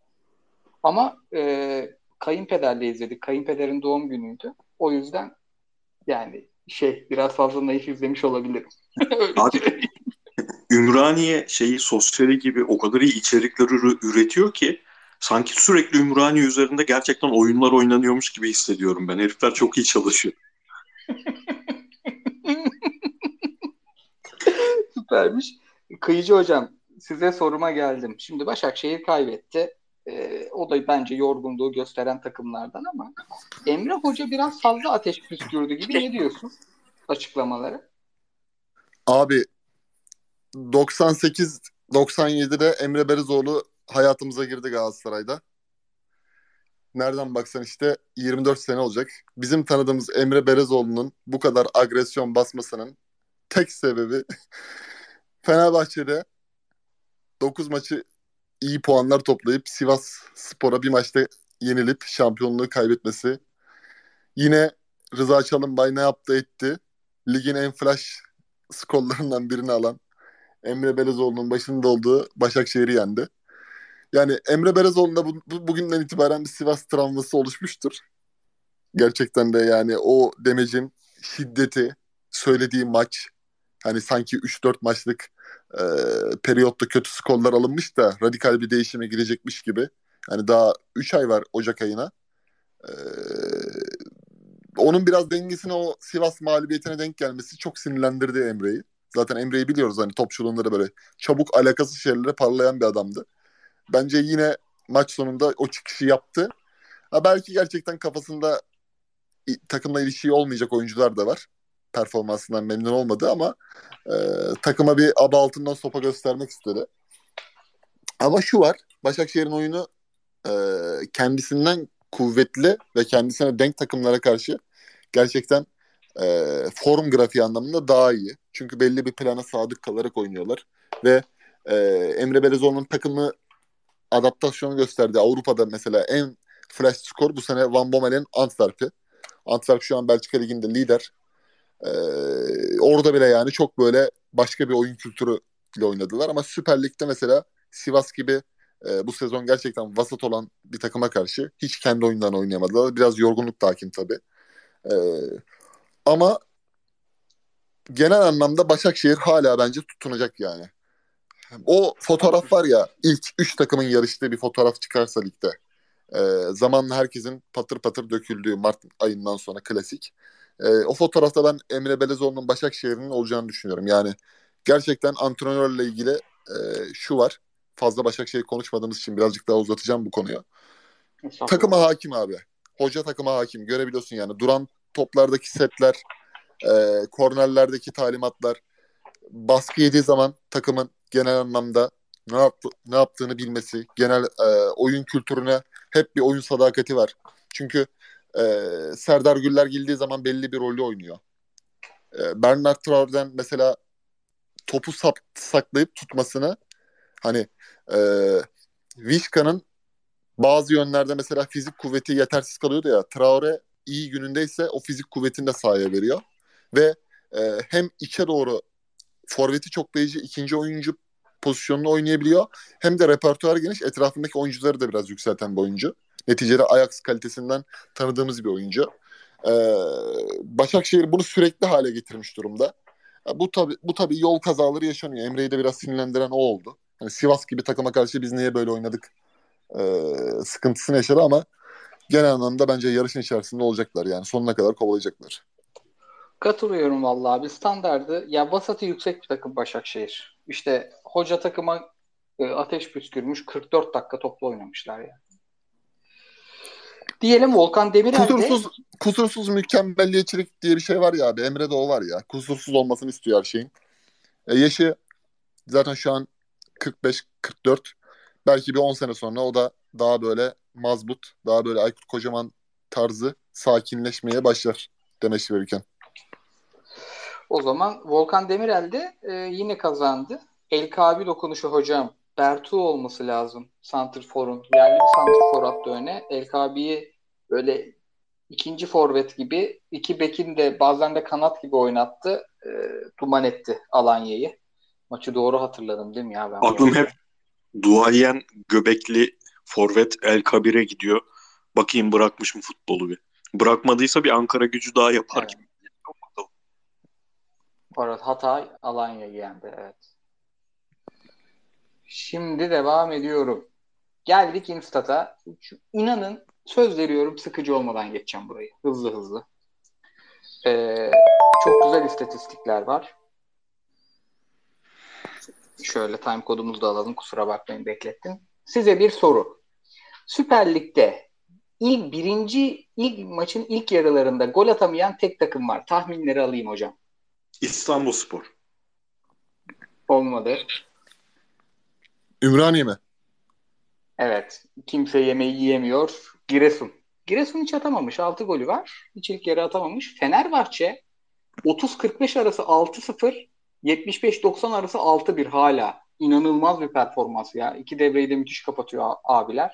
Ama kayınpederle izledik. Kayınpederin doğum günüydü. O yüzden yani biraz fazla naif izlemiş olabilirim. Öyle Abi söyleyeyim. Ümraniye sosyali gibi o kadar iyi içerikler üretiyor ki sanki sürekli Ümraniye üzerinde gerçekten oyunlar oynanıyormuş gibi hissediyorum ben. Herifler çok iyi çalışıyor. Süpermiş. Kıyıcı hocam, size soruma geldim. Şimdi Başakşehir kaybetti. O da bence yorgunluğu gösteren takımlardan ama Emre Hoca biraz fazla ateş püskürdü gibi. Ne diyorsun açıklamaları? Abi 98-97'de Emre Belezoğlu hayatımıza girdi Galatasaray'da. Nereden baksan işte 24 sene olacak. Bizim tanıdığımız Emre Belezoğlu'nun bu kadar agresyon basmasının tek sebebi Fenerbahçe'de 9 maçı iyi puanlar toplayıp Sivas Spor'a bir maçta yenilip şampiyonluğu kaybetmesi. Yine Rıza Çalınbay ne yaptı etti? Ligin en flash skorlarından birini alan Emre Belezoğlu'nun başında olduğu Başakşehir'i yendi. Yani Emre Belezoğlu'nda bugünden itibaren bir Sivas travması oluşmuştur. Gerçekten de yani o demecin şiddeti, söylediği maç, hani sanki 3-4 maçlık e, periyotta kötü skorlar alınmış da radikal bir değişime girecekmiş gibi. Yani daha 3 ay var Ocak ayına. E, Onun biraz dengesine, o Sivas mağlubiyetine denk gelmesi çok sinirlendirdi Emre'yi. Zaten Emre'yi biliyoruz, hani topçuluğunda da böyle çabuk alakasız şeylere parlayan bir adamdı. Bence yine maç sonunda o çıkışı yaptı. Ha, belki gerçekten kafasında takımla ilişiği olmayacak oyuncular da var. Performansından memnun olmadı ama e, takıma bir aba altından sopa göstermek istedi. Ama şu var, Başakşehir'in oyunu e, kendisinden kuvvetli ve kendisine denk takımlara karşı gerçekten form grafiği anlamında daha iyi. Çünkü belli bir plana sadık kalarak oynuyorlar. Ve Emre Belezoğlu'nun takımı adaptasyonu gösterdi. Avrupa'da mesela en flash skor bu sene Van Bommel'in Antwerp'i. Antwerp şu an Belçika Ligi'nde lider. Orada bile yani çok böyle başka bir oyun kültürü ile oynadılar. Ama Süper Lig'de mesela Sivas gibi bu sezon gerçekten vasat olan bir takıma karşı hiç kendi oyundan oynayamadılar. Biraz yorgunluk da hakim tabii. E, Ama genel anlamda Başakşehir hala bence tutunacak yani. O fotoğraf var ya, ilk 3 takımın yarıştığı bir fotoğraf çıkarsa ligde. Zamanla herkesin patır patır döküldüğü Mart ayından sonra klasik. O fotoğrafta ben Emre Belezoğlu'nun Başakşehir'in olacağını düşünüyorum. Yani gerçekten antrenörle ilgili şu var. Fazla Başakşehir konuşmadığımız için birazcık daha uzatacağım bu konuyu. Estağfurullah. Takıma hakim abi. Hoca takıma hakim. Görebiliyorsun yani. Duran toplardaki setler, kornerlerdeki talimatlar, baskı yediği zaman takımın genel anlamda ne yaptığını bilmesi, genel oyun kültürüne hep bir oyun sadakati var. Çünkü Serdar Güller geldiği zaman belli bir rolü oynuyor. Bernard Traore'den mesela topu saklayıp tutmasını, hani e, Vişka'nın bazı yönlerde mesela fizik kuvveti yetersiz kalıyordu ya. Traore iyi günündeyse o fizik kuvvetini de sahaya veriyor. Ve hem içe doğru forveti çoklayıcı ikinci oyuncu pozisyonunu oynayabiliyor. Hem de repertuar geniş, etrafındaki oyuncuları da biraz yükselten bir oyuncu. Neticede Ajax kalitesinden tanıdığımız bir oyuncu. Başakşehir bunu sürekli hale getirmiş durumda. Bu tabii yol kazaları yaşanıyor. Emre'yi de biraz sinirlendiren o oldu. Hani Sivas gibi takıma karşı biz niye böyle oynadık sıkıntısını yaşadı ama genel anlamda bence yarışın içerisinde olacaklar, yani sonuna kadar kovalayacaklar. Katılıyorum vallahi abi. Standardı ya, vasatı yüksek bir takım Başakşehir. İşte hoca takıma ateş püskürmüş, 44 dakika toplu oynamışlar ya. Diyelim Volkan Demirel de Kusursuz mükemmelliyetçilik diye bir şey var ya abi. Emre'de o var ya. Kusursuz olmasını istiyor her şeyin. Yaşı zaten şu an 45-44. Belki bir 10 sene sonra o da daha böyle mazbut, daha böyle Aykut Kocaman tarzı sakinleşmeye başlar demek verirken. o zaman Volkan Demirel de yine kazandı. El Kabil dokunuşu hocam. Bertu olması lazım. Santrfor'un. Yerli bir santrfor attı öne. El Kabi'yi böyle ikinci forvet gibi, iki bekin de bazen de kanat gibi oynattı. Duman etti Alanya'yı. Maçı doğru hatırladım değil mi ya ben bu Aklım hep arada? duayen göbekli forvet El Kabir'e gidiyor. Bakayım bırakmış mı futbolu bir. Bırakmadıysa bir Ankara Gücü daha yapar Evet. gibi. Orada Hatay Alanya'yı yendi. Evet. Şimdi devam ediyorum. Geldik Instat'a. İnanın söz veriyorum, sıkıcı olmadan geçeceğim burayı. Hızlı hızlı. Ee, Çok güzel istatistikler var. Şöyle time kodumuzu da alalım. Kusura bakmayın, beklettim. Size bir soru. Süper Lig'de ilk maçın ilk yarılarında gol atamayan tek takım var. Tahminleri alayım hocam. İstanbulspor. Olmadı. Ümraniye mi? Evet. Kimse yemeği yiyemiyor. Giresun. Giresun hiç atamamış. 6 golü var. Hiç ilk yarı atamamış. Fenerbahçe 30-45 arası 6-0, 75-90 arası 6-1 hala. İnanılmaz bir performans ya. İki devreyi de müthiş kapatıyor abiler.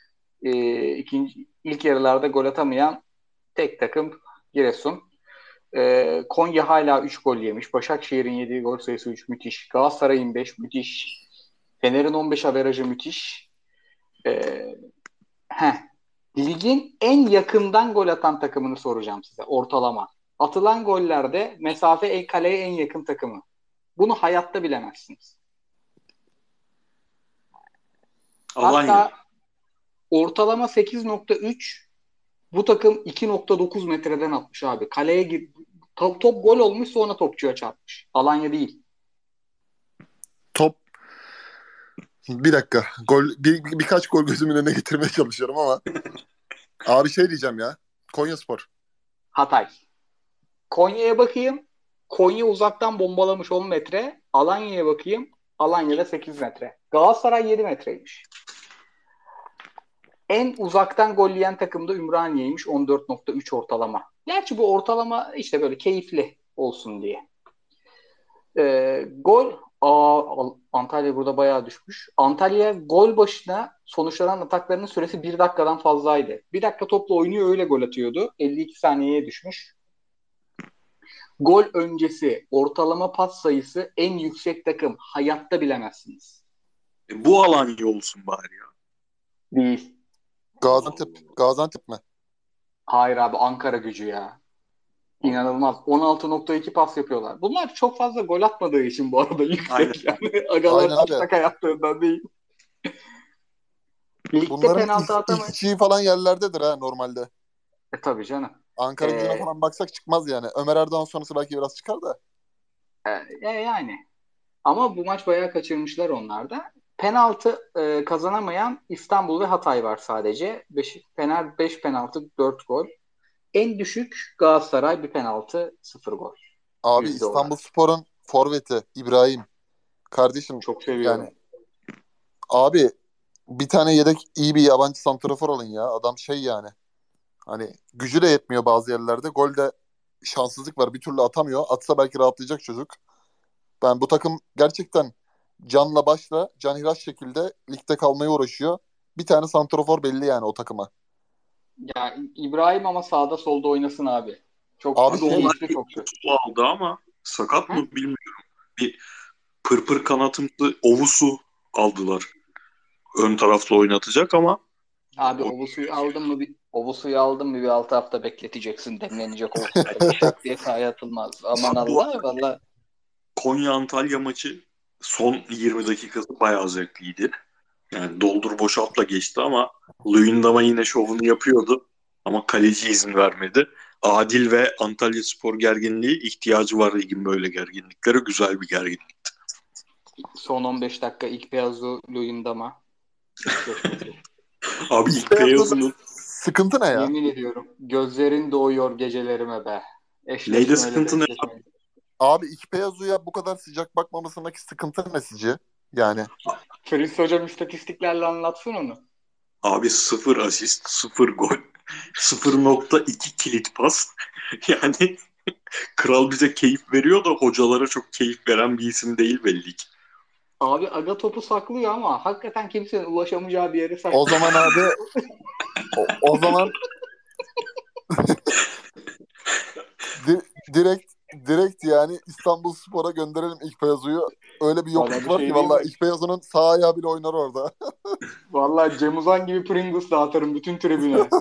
İlk yarılarda gol atamayan tek takım Giresun. Konya hala 3 gol yemiş. Başakşehir'in yediği gol sayısı 3 müthiş. Galatasaray'ın 5 müthiş. Fener'in 15 averajı müthiş. Ee, heh. Ligin en yakından gol atan takımını soracağım size. Ortalama. Atılan gollerde mesafe kaleye en yakın takımı. Bunu hayatta bilemezsiniz. Alanya. Hatta ortalama 8.3, bu takım 2.9 metreden atmış abi. Kaleye top gol olmuş, sonra topçuya çarpmış. Alanya değil. Top bir dakika. Birkaç gol gözümün önüne getirmeye çalışıyorum ama abi şey diyeceğim ya. Konyaspor. Hatay. Konya'ya bakayım. Konya uzaktan bombalamış 10 metre. Alanya'ya bakayım. Alanya'da 8 metre. Galatasaray 7 metreymiş. En uzaktan gol yiyen takım da Ümraniye'ymiş. 14.3 ortalama. Gerçi bu ortalama işte böyle keyifli olsun diye. Gol Antalya burada bayağı düşmüş. Antalya gol başına sonuçlanan ataklarının süresi 1 dakikadan fazlaydı. 1 dakika topla oynuyor, öyle gol atıyordu. 52 saniyeye düşmüş. Gol öncesi ortalama pas sayısı en yüksek takım. Hayatta bilemezsiniz. Bu Alanya olsun bari ya. Değil. Gaziantep mi? Hayır abi, Ankara Gücü ya. İnanılmaz. 16.2 pas yapıyorlar. Bunlar çok fazla gol atmadığı için bu arada Aynen. yüksek yani. Agalar Aynen abi. şaka yaptığından değil. Ligde Bunların penaltı atamayın. işçiliği falan yerlerdedir ha normalde. Tabii canım. Ankara Gücü'ne Ee, falan baksak çıkmaz yani. Ömer Erdoğan sonrası belki biraz çıkar da. Yani. Ama bu maç bayağı kaçırmışlar onlar da. Penaltı kazanamayan İstanbul ve Hatay var sadece. Fener 5 penaltı 4 gol. En düşük Galatasaray, bir penaltı 0 gol. Abi Yüzde olarak. İstanbulspor'un forveti İbrahim. Kardeşim Çok seviyorum. yani abi bir tane yedek iyi bir yabancı santrafor alın ya. Adam şey yani. Hani gücü de yetmiyor bazı yerlerde. Golde şanssızlık var. Bir türlü atamıyor. Atsa belki rahatlayacak çocuk. Ben bu takım gerçekten canla başla, canhıraş şekilde ligde kalmaya uğraşıyor. Bir tane santrafor belli yani o takıma. Ya İbrahim ama sağda solda oynasın abi. Çok Abi Abi şey onlar keyifli, bir çok şey. su aldı ama sakat Hı? mı bilmiyorum. Bir pırpır kanatımsı Ovusu aldılar. Ön tarafta oynatacak ama Abi o ovu suyu aldın mı bir 6 hafta bekleteceksin. Demlenecek o su. Öyle şak diye sahaya atılmaz. Aman abi bu Allah valla. Konya Antalya maçı son 20 dakikası bayağı zevkliydi. Yani doldur boşaltla geçti ama Luyendama yine şovunu yapıyordu. Ama kaleci izin vermedi. Adil ve Antalyaspor gerginliği ihtiyacı var ligin böyle gerginliklere. Güzel bir gerginlik. Son 15 dakika ilk Beyazı Luyendama eşleşmesi. Abi ilk İşte Beyazı'nın sıkıntı ne ya? Yemin ediyorum. Gözlerin doğuyor gecelerime be. neyde Eşleşmeyle de sıkıntı ne? eşleşmeyle. Abi İkpeazu'ya bu kadar sıcak bakmamasındaki sıkıntı ne sizce? Yani Filiz hocam istatistiklerle anlatsın onu. Abi sıfır asist, sıfır gol, 0,2 kilit pas. Yani kral bize keyif veriyor da hocalara çok keyif veren bir isim değil belli ki. Abi aga topu saklıyor ama hakikaten kimsenin ulaşamayacağı bir yere o saklıyor. zaman abi o zaman di- direkt yani İstanbulspor'a gönderelim İkpeazu'yu. Öyle bir Bana yokluk bir var ki şey diyeyim vallahi mi? İkpeazu'nun sağ ayağı bile oynar orada. Vallahi Cem Uzan gibi Pringles dağıtırım bütün tribüne.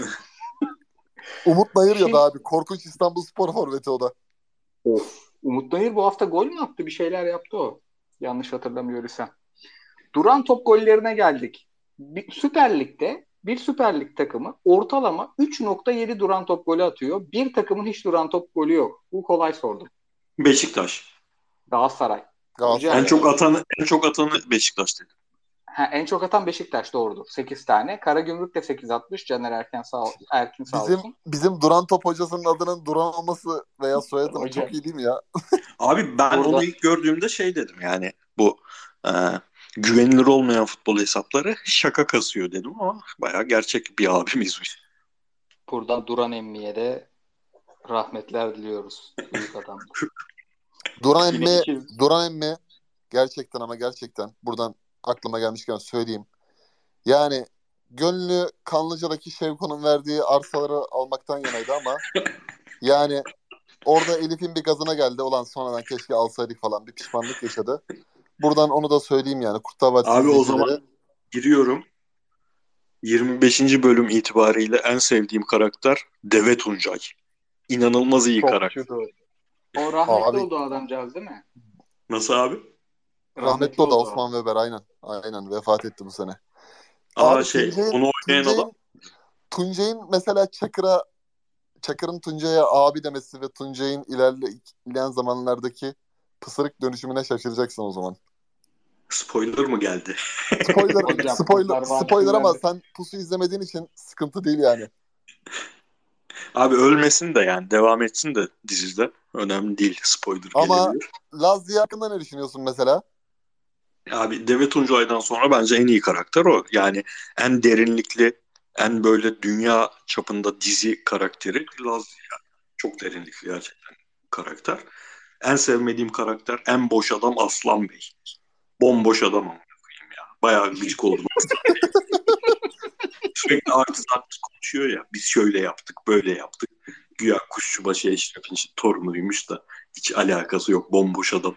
Umut Nayır ya da Şimdi abi korkunç İstanbulspor forveti o da. of. Umut Nayır bu hafta gol mü attı? Bir şeyler yaptı o. Yanlış hatırlamıyorsam. Duran top gollerine geldik. Süper Lig'de bir Süper Lig takımı ortalama 3,7 duran top golü atıyor. Bir takımın hiç duran top golü yok. Bu kolay sordum. Beşiktaş. Galatasaray. En Hocam Galatasaray çok abi. atanı Beşiktaş dedi. en çok atan Beşiktaş doğrudur. 8 tane. Karagümrük de 8 atmış. Caner Erkin sağ Bizim olsun. bizim Duran Top hocasının adının Duran olması veya soyadının Hocam çok iyi değil mi ya? Abi ben onu burada ilk gördüğümde şey dedim yani bu e, güvenilir olmayan futbol hesapları şaka kasıyor dedim ama bayağı gerçek bir abimizmiş. buradan Duran Emmi'ye de rahmetler diliyoruz. Büyük adamdı. Duran Yine emmi, ikiz. Duran emmi gerçekten ama gerçekten buradan aklıma gelmişken söyleyeyim. Yani gönlü Kanlıca'daki Şevko'nun verdiği arsaları almaktan yanaydı ama yani orada Elif'in bir gazına geldi. Olan sonradan keşke alsaydık falan bir pişmanlık yaşadı. Buradan onu da söyleyeyim yani Kurtlar Vadisi Abi o zaman izleyicileri. giriyorum. 25. bölüm itibariyle en sevdiğim karakter Deve Tuncay. İnanılmaz iyi karakter. Topçudu. O rahmetli Abi oldu adamcağız değil mi? Nasıl abi? rahmetli Rahmetli o da oldu o. Osman Weber aynen. Aynen vefat etti bu sene. Aa Abi şey onu oynayan adam. Tuncay'ın mesela Çakır'ın Tuncay'a abi demesi ve Tuncay'ın ilerleyen zamanlardaki pısırık dönüşümüne şaşıracaksın o zaman. Spoiler mı geldi? Spoiler, Hocam spoiler, Kurtlar spoiler ama Vadisi'nden sen Pusu izlemediğin için sıkıntı değil yani. Abi ölmesin de yani devam etsin de dizide. Önemli değil spoiler Ama gelebilir. Lazia hakkında ne düşünüyorsun mesela? Abi Deve Tuncay'dan sonra bence en iyi karakter o. Yani en derinlikli, en böyle dünya çapında dizi karakteri Laz. Çok derinlikli gerçekten karakter. En sevmediğim karakter en boş adam Aslan Bey. Bomboş adam ama ya. Bayağı gıcık oldum. Sürekli artist artist konuşuyor ya. Biz şöyle yaptık, böyle yaptık. Güya Kuşçubaşı Eşref'in torunuymuş da hiç alakası yok. Bomboş adam.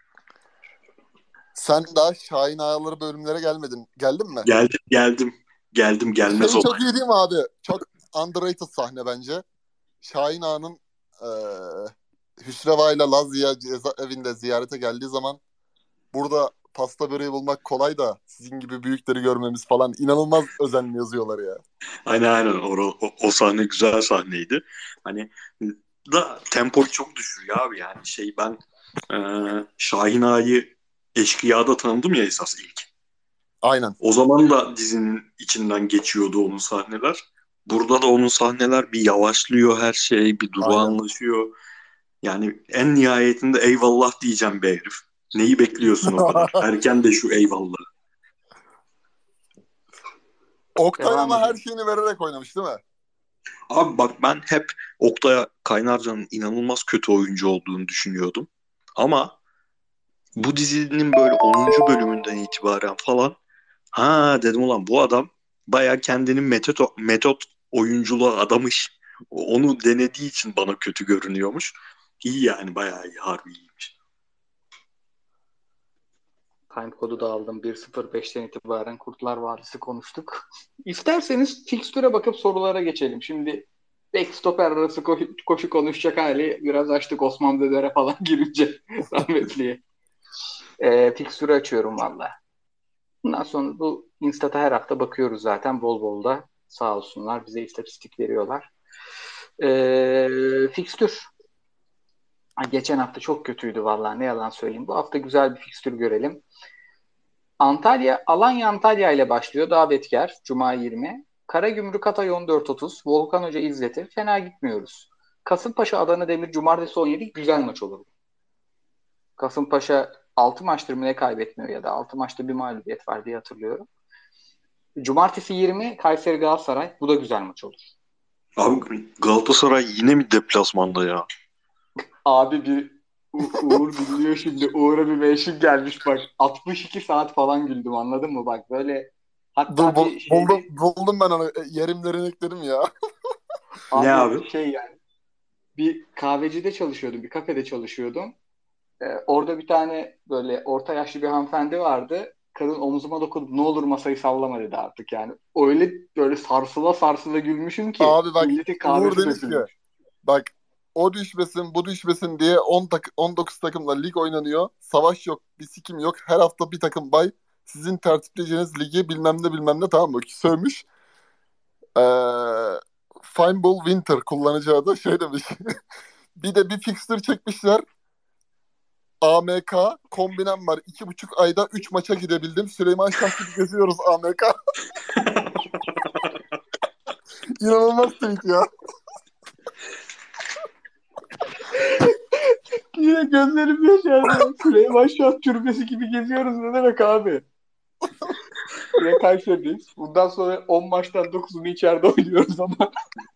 Sen daha Şahin Ağaları bölümlere gelmedin. Geldin mi? Geldim gelmez Şey olay. çok iyi değil mi abi? Çok underrated sahne bence. Şahin Ağa'nın Hüsreva ile Lazia cezaevinde ziyarete geldiği zaman burada pasta böreği bulmak kolay da sizin gibi büyükleri görmemiz falan inanılmaz özenli yazıyorlar ya. Aynen. O sahne güzel sahneydi. Hani da tempoyu çok düşürüyor abi yani. Ben e, Şahin Ağa'yı Eşkıya'da tanıdım ya esas ilk. Aynen. O zaman da dizinin içinden geçiyordu onun sahneler. Burada da onun sahneler bir yavaşlıyor her şey, bir Aynen. durağanlaşıyor. Yani en nihayetinde eyvallah diyeceğim be herif. Neyi bekliyorsun o kadar? Erken de şu eyvallah. Oktay Devam ama her edelim. şeyini vererek oynamış değil mi? Abi bak ben hep Oktay Kaynarca'nın inanılmaz kötü oyuncu olduğunu düşünüyordum. Ama bu dizinin böyle 10. bölümünden itibaren falan ha dedim ulan bu adam baya kendinin metot oyunculuğa adamış. Onu denediği için bana kötü görünüyormuş. İyi yani bayağı iyi harbi iyiymiş. Time kodu da aldım. 1.05'ten itibaren Kurtlar Vadisi konuştuk. İsterseniz fikstüre bakıp sorulara geçelim. Şimdi bek stoper arası koşu konuşacak hali biraz açtık Osman Döder'e falan girince rahmetliye. Fikstürü açıyorum valla. Bundan sonra bu Instat'a her hafta bakıyoruz zaten bol bol da sağ olsunlar bize istatistik veriyorlar. Fikstür. Geçen hafta çok kötüydü vallahi ne yalan söyleyeyim. Bu hafta güzel bir fikstür görelim. Alanya Antalya ile başlıyor. Davetkar. Cuma 20. Karagümrük Hatay 14.30. Volkan Hoca İzzet'i. Fena gitmiyoruz. Kasımpaşa Adana Demir Cumartesi 17. Güzel maç olur. Kasımpaşa 6 maçtır mı ne kaybetmiyor ya da 6 maçta bir mağlubiyet var diye hatırlıyorum. Cumartesi 20. Kayseri Galatasaray. Bu da güzel maç olur. Abi Galatasaray yine mi deplasmanda ya? Abi Uğur dinliyor şimdi. Uğur'a bir mention gelmiş bak. 62 saat falan güldüm anladın mı? Bak böyle hatta bir Buldum ben onu. Yerimlerini ekledim ya. Ne abi? Yani bir kahvecide çalışıyordum. Bir kafede çalışıyordum. Orada bir tane böyle orta yaşlı bir hanımefendi vardı. Kadın omzuma dokunup ne olur masayı sallama dedi artık yani. Öyle böyle sarsıla sarsıla gülmüşüm ki Abi bak milletin Uğur kahvesi demiş ki dökülmüş. bak o düşmesin bu düşmesin diye 19 takımla lig oynanıyor. Savaş yok, bir sikim yok. Her hafta bir takım bay. Sizin tertipleyeceğiniz ligi bilmem ne bilmem ne tamam mı? Sövmüş. Ee, Finebull Winter kullanıcı adı şey demiş. Bir de bir fixture çekmişler. AMK kombinem var. 2,5 ayda 3 maça gidebildim. Süleyman Şah gibi geziyoruz AMK. İnanılmaz tweet ya. Yine gözlerim yaşardı. Süleyman Şah türbesi gibi geziyoruz ne demek abi? Yine Kayseri'deyiz. Bundan sonra 10 maçtan 9'unu içeride oynuyoruz ama.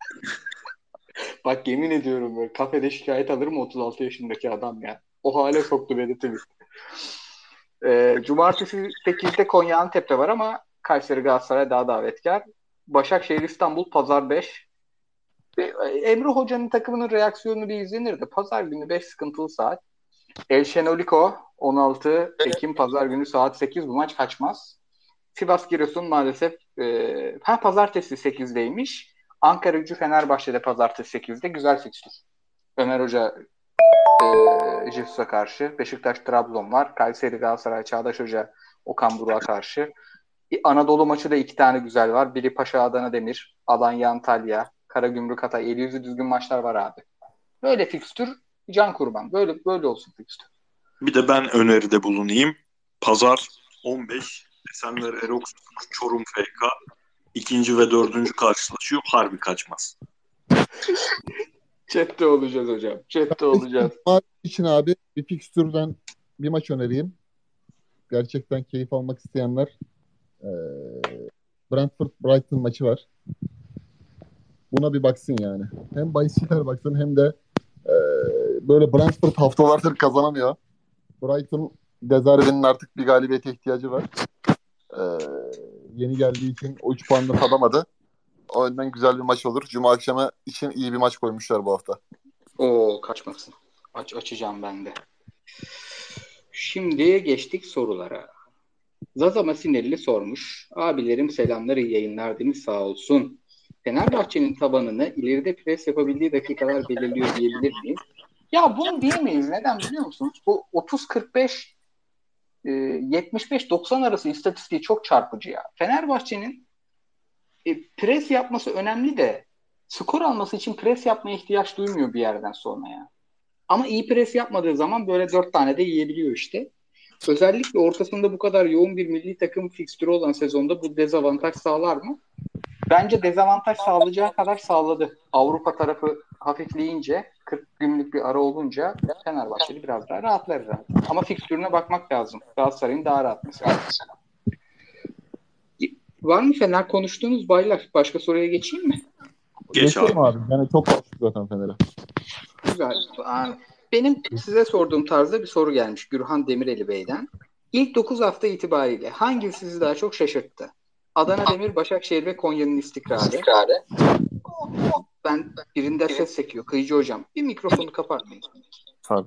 Bak yemin ediyorum böyle kafede şikayet alır mı 36 yaşındaki adam ya? O hale soktu beni tweet. Cumartesi 8'de Konya Antep'te var ama Kayseri Galatasaray daha davetkar. Başakşehir İstanbul Pazar 5. Emre Hoca'nın takımının reaksiyonunu bir izlenir de Pazar günü 5 sıkıntılı saat. Elşenoliko 16 Ekim Pazar günü saat 8 bu maç kaçmaz. Sivas Giresun maalesef Pazartesi 8'deymiş. Ankara Gücü Fenerbahçe'de Pazartesi 8'de güzel fikstür. Ömer Hoca Jesus'a karşı. Beşiktaş Trabzon var. Kayseri Galatasaray Çağdaş Hoca Okan Buruk'a karşı. Anadolu maçı da 2 tane güzel var. Biri Paşa Adana Demir, Alanya Antalya, Karagümrük Hatay. Eli yüzü düzgün maçlar var abi. Böyle fikstür can kurban. Böyle olsun fikstür. Bir de ben öneride bulunayım. Pazar 15 Esenler Erokspor Çorum FK ikinci ve dördüncü karşılaşıyor. Harbi kaçmaz. Chat'te olacağız hocam. Chat'te olacağız. Maç için abi bir fikstürden bir maç önereyim. Gerçekten keyif almak isteyenler Brentford Brighton maçı var. Buna bir baksın yani. Hem bahisçiler baksın hem de böyle Brentford haftalardır kazanamıyor. Brighton Dezerbi'nin artık bir galibiyete ihtiyacı var. E, Yeni geldiği için o 3 puanını alamadı. O yüzden güzel bir maç olur. Cuma akşamı için iyi bir maç koymuşlar bu hafta. Oo kaçmasın. Açacağım ben de. Şimdi geçtik sorulara. Zazama Sinirli sormuş. Abilerim selamlar iyi yayınlar demiş sağ olsun. Fenerbahçe'nin tabanını ileride pres yapabildiği dakikalar belirliyor diyebilir miyiz? Ya bunu diyemeyiz. Neden biliyor musunuz? Bu 30-45 75-90 arası istatistiği çok çarpıcı ya. Fenerbahçe'nin pres yapması önemli de skor alması için pres yapmaya ihtiyaç duymuyor bir yerden sonra ya. Ama iyi pres yapmadığı zaman böyle 4 tane de yiyebiliyor işte. Özellikle ortasında bu kadar yoğun bir milli takım fikstürü olan sezonda bu dezavantaj sağlar mı? Bence dezavantaj sağlayacağı kadar sağladı. Avrupa tarafı hafifleyince 40 günlük bir ara olunca Fenerbahçeli biraz daha rahatlar zaten. Ama fikstürüne bakmak lazım. Galatasaray'ın daha rahat mesela. Var mı Fener konuştuğunuz baylar? Başka soruya geçeyim mi? Geç abi. Geçelim abi. Yani çok konuştuk zaten Fener'e. Güzel. Benim size sorduğum tarzda bir soru gelmiş Gürhan Demireli Bey'den. İlk 9 hafta itibariyle hangisi sizi daha çok şaşırttı? Adana Demir, Başakşehir ve Konya'nın istikrarı. Ben birinde ses sekiyor. Kıyıcı hocam. Bir mikrofonu kapatmayın. Tabii.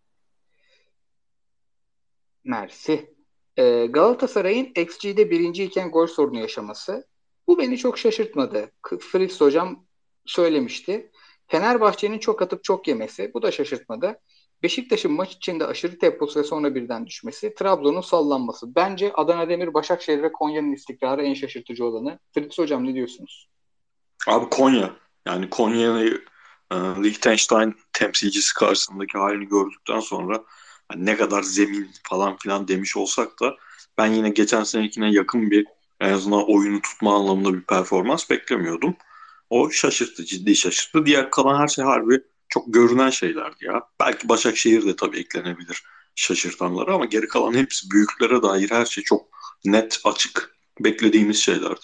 Mersi. Galatasaray'ın XG'de birinciyken gol sorunu yaşaması. Bu beni çok şaşırtmadı. Fritz hocam söylemişti. Fenerbahçe'nin çok atıp çok yemesi. Bu da şaşırtmadı. Beşiktaş'ın maç içinde aşırı temposu ve sonra birden düşmesi. Trabzon'un sallanması. Bence Adana Demir, Başakşehir ve Konya'nın istikrarı en şaşırtıcı olanı. Fritz hocam ne diyorsunuz? Abi Konya. Yani Konya'yı Liechtenstein temsilcisi karşısındaki halini gördükten sonra hani ne kadar zemin falan filan demiş olsak da ben yine geçen senekine yakın bir en azından oyunu tutma anlamında bir performans beklemiyordum. O şaşırttı, ciddi şaşırttı. Diğer kalan her şey harbi çok görünen şeylerdi ya. Belki Başakşehir de tabii eklenebilir şaşırtanlara ama geri kalan hepsi büyüklere dair her şey çok net, açık beklediğimiz şeylerdi.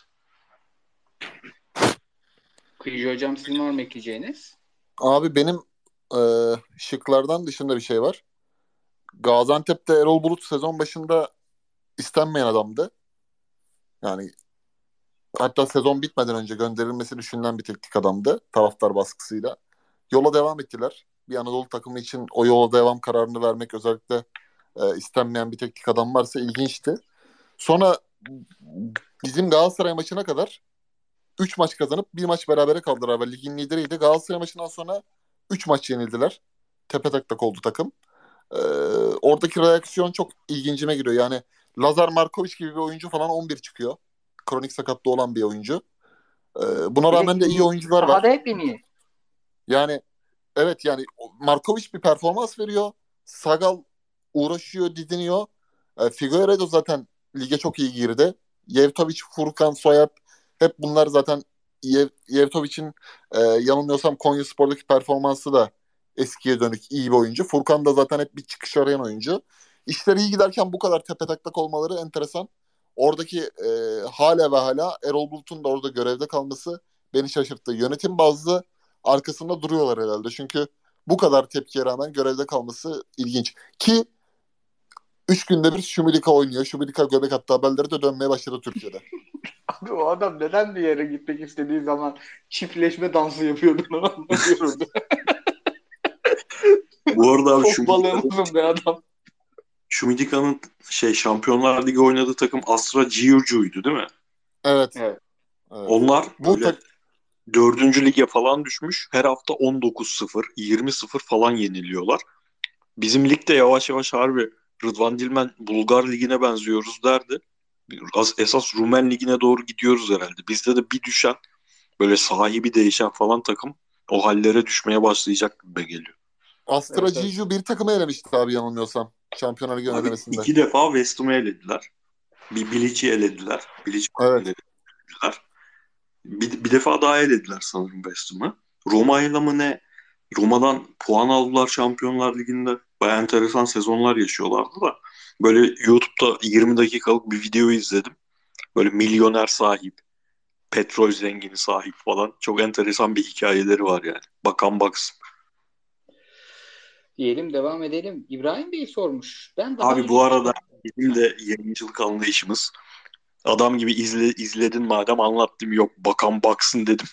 Kıyıcı hocam sizin var mı ekleyeceğiniz? Abi benim e, şıklardan dışında bir şey var. Gaziantep'te Erol Bulut sezon başında istenmeyen adamdı. Yani hatta sezon bitmeden önce gönderilmesi düşünülen bir teknik adamdı taraftar baskısıyla. Yola devam ettiler. Bir Anadolu takımı için o yola devam kararını vermek özellikle istenmeyen bir teknik adam varsa ilginçti. Sonra bizim Galatasaray maçına kadar 3 maç kazanıp bir maç berabere kaldılar. Ve ligin lideriydi. Galatasaray maçından sonra 3 maç yenildiler. Tepe oldu takım. Ee, Oradaki reaksiyon çok ilgincime giriyor. Yani Lazar Markovic gibi bir oyuncu falan 11 çıkıyor. Kronik sakatlığı olan bir oyuncu. Buna Bir de rağmen de iyi oyuncular sahada var. hep iniyor. Yani evet yani Markovic bir performans veriyor. Sagal uğraşıyor, didiniyor. Figueiredo zaten lige çok iyi girdi. Yevtovic, Furkan, Soyer hep bunlar zaten Yevtovic'in yanılmıyorsam Konyaspor'daki performansı da eskiye dönük iyi bir oyuncu. Furkan da zaten hep bir çıkış arayan oyuncu. İşler iyi giderken bu kadar tepe olmaları enteresan. Oradaki hala ve hala Erol Bulut'un da orada görevde kalması beni şaşırttı. Yönetim bazlı arkasında duruyorlar herhalde. Çünkü bu kadar tepkiye rağmen görevde kalması ilginç. Ki 3 günde bir Şumilika oynuyor. Şumilika göbek attı haberleri de dönmeye başladı Türkiye'de. Abi o adam neden bir yere gitmek istediği zaman çiftleşme dansı yapıyordu onu anlamıyorum. Bu arada abi Çok balığımızın bir adam. Şumidika'nın Şampiyonlar Ligi oynadığı takım Astra Giurgiu'ydu değil mi? Evet. Evet. Evet. Onlar Bu böyle dördüncü lige falan düşmüş. Her hafta 19-0, 20-0 falan yeniliyorlar. Bizim ligde yavaş yavaş harbi Rıdvan Dilmen Bulgar ligine benziyoruz derdi. Esas Rumen ligine doğru gidiyoruz herhalde. Bizde de bir düşen böyle sahibi değişen falan takım o hallere düşmeye başlayacak gibi geliyor. Astra Evet, evet. Giju bir takımı elemişti abi yanılmıyorsam. Şampiyonlar Ligi Abi elemesinde. 2 defa West Ham'ı elediler. Bir Bilic'i elediler. Bilic Evet. elediler. Bir defa daha elediler sanırım West Ham'ı. Roma'yla mı ne? Roma'dan puan aldılar Şampiyonlar Ligi'nde. Baya enteresan sezonlar yaşıyorlardı da. Böyle YouTube'da 20 dakikalık bir video izledim. Böyle milyoner sahip, petrol zengini sahip falan. Çok enteresan bir hikayeleri var yani. Bakan baksın. Diyelim devam edelim. İbrahim Bey sormuş. Ben daha Abi önce bu arada bizim de yayıncılık anlayışımız. Adam gibi izledin madem anlattım. Yok bakan baksın dedim.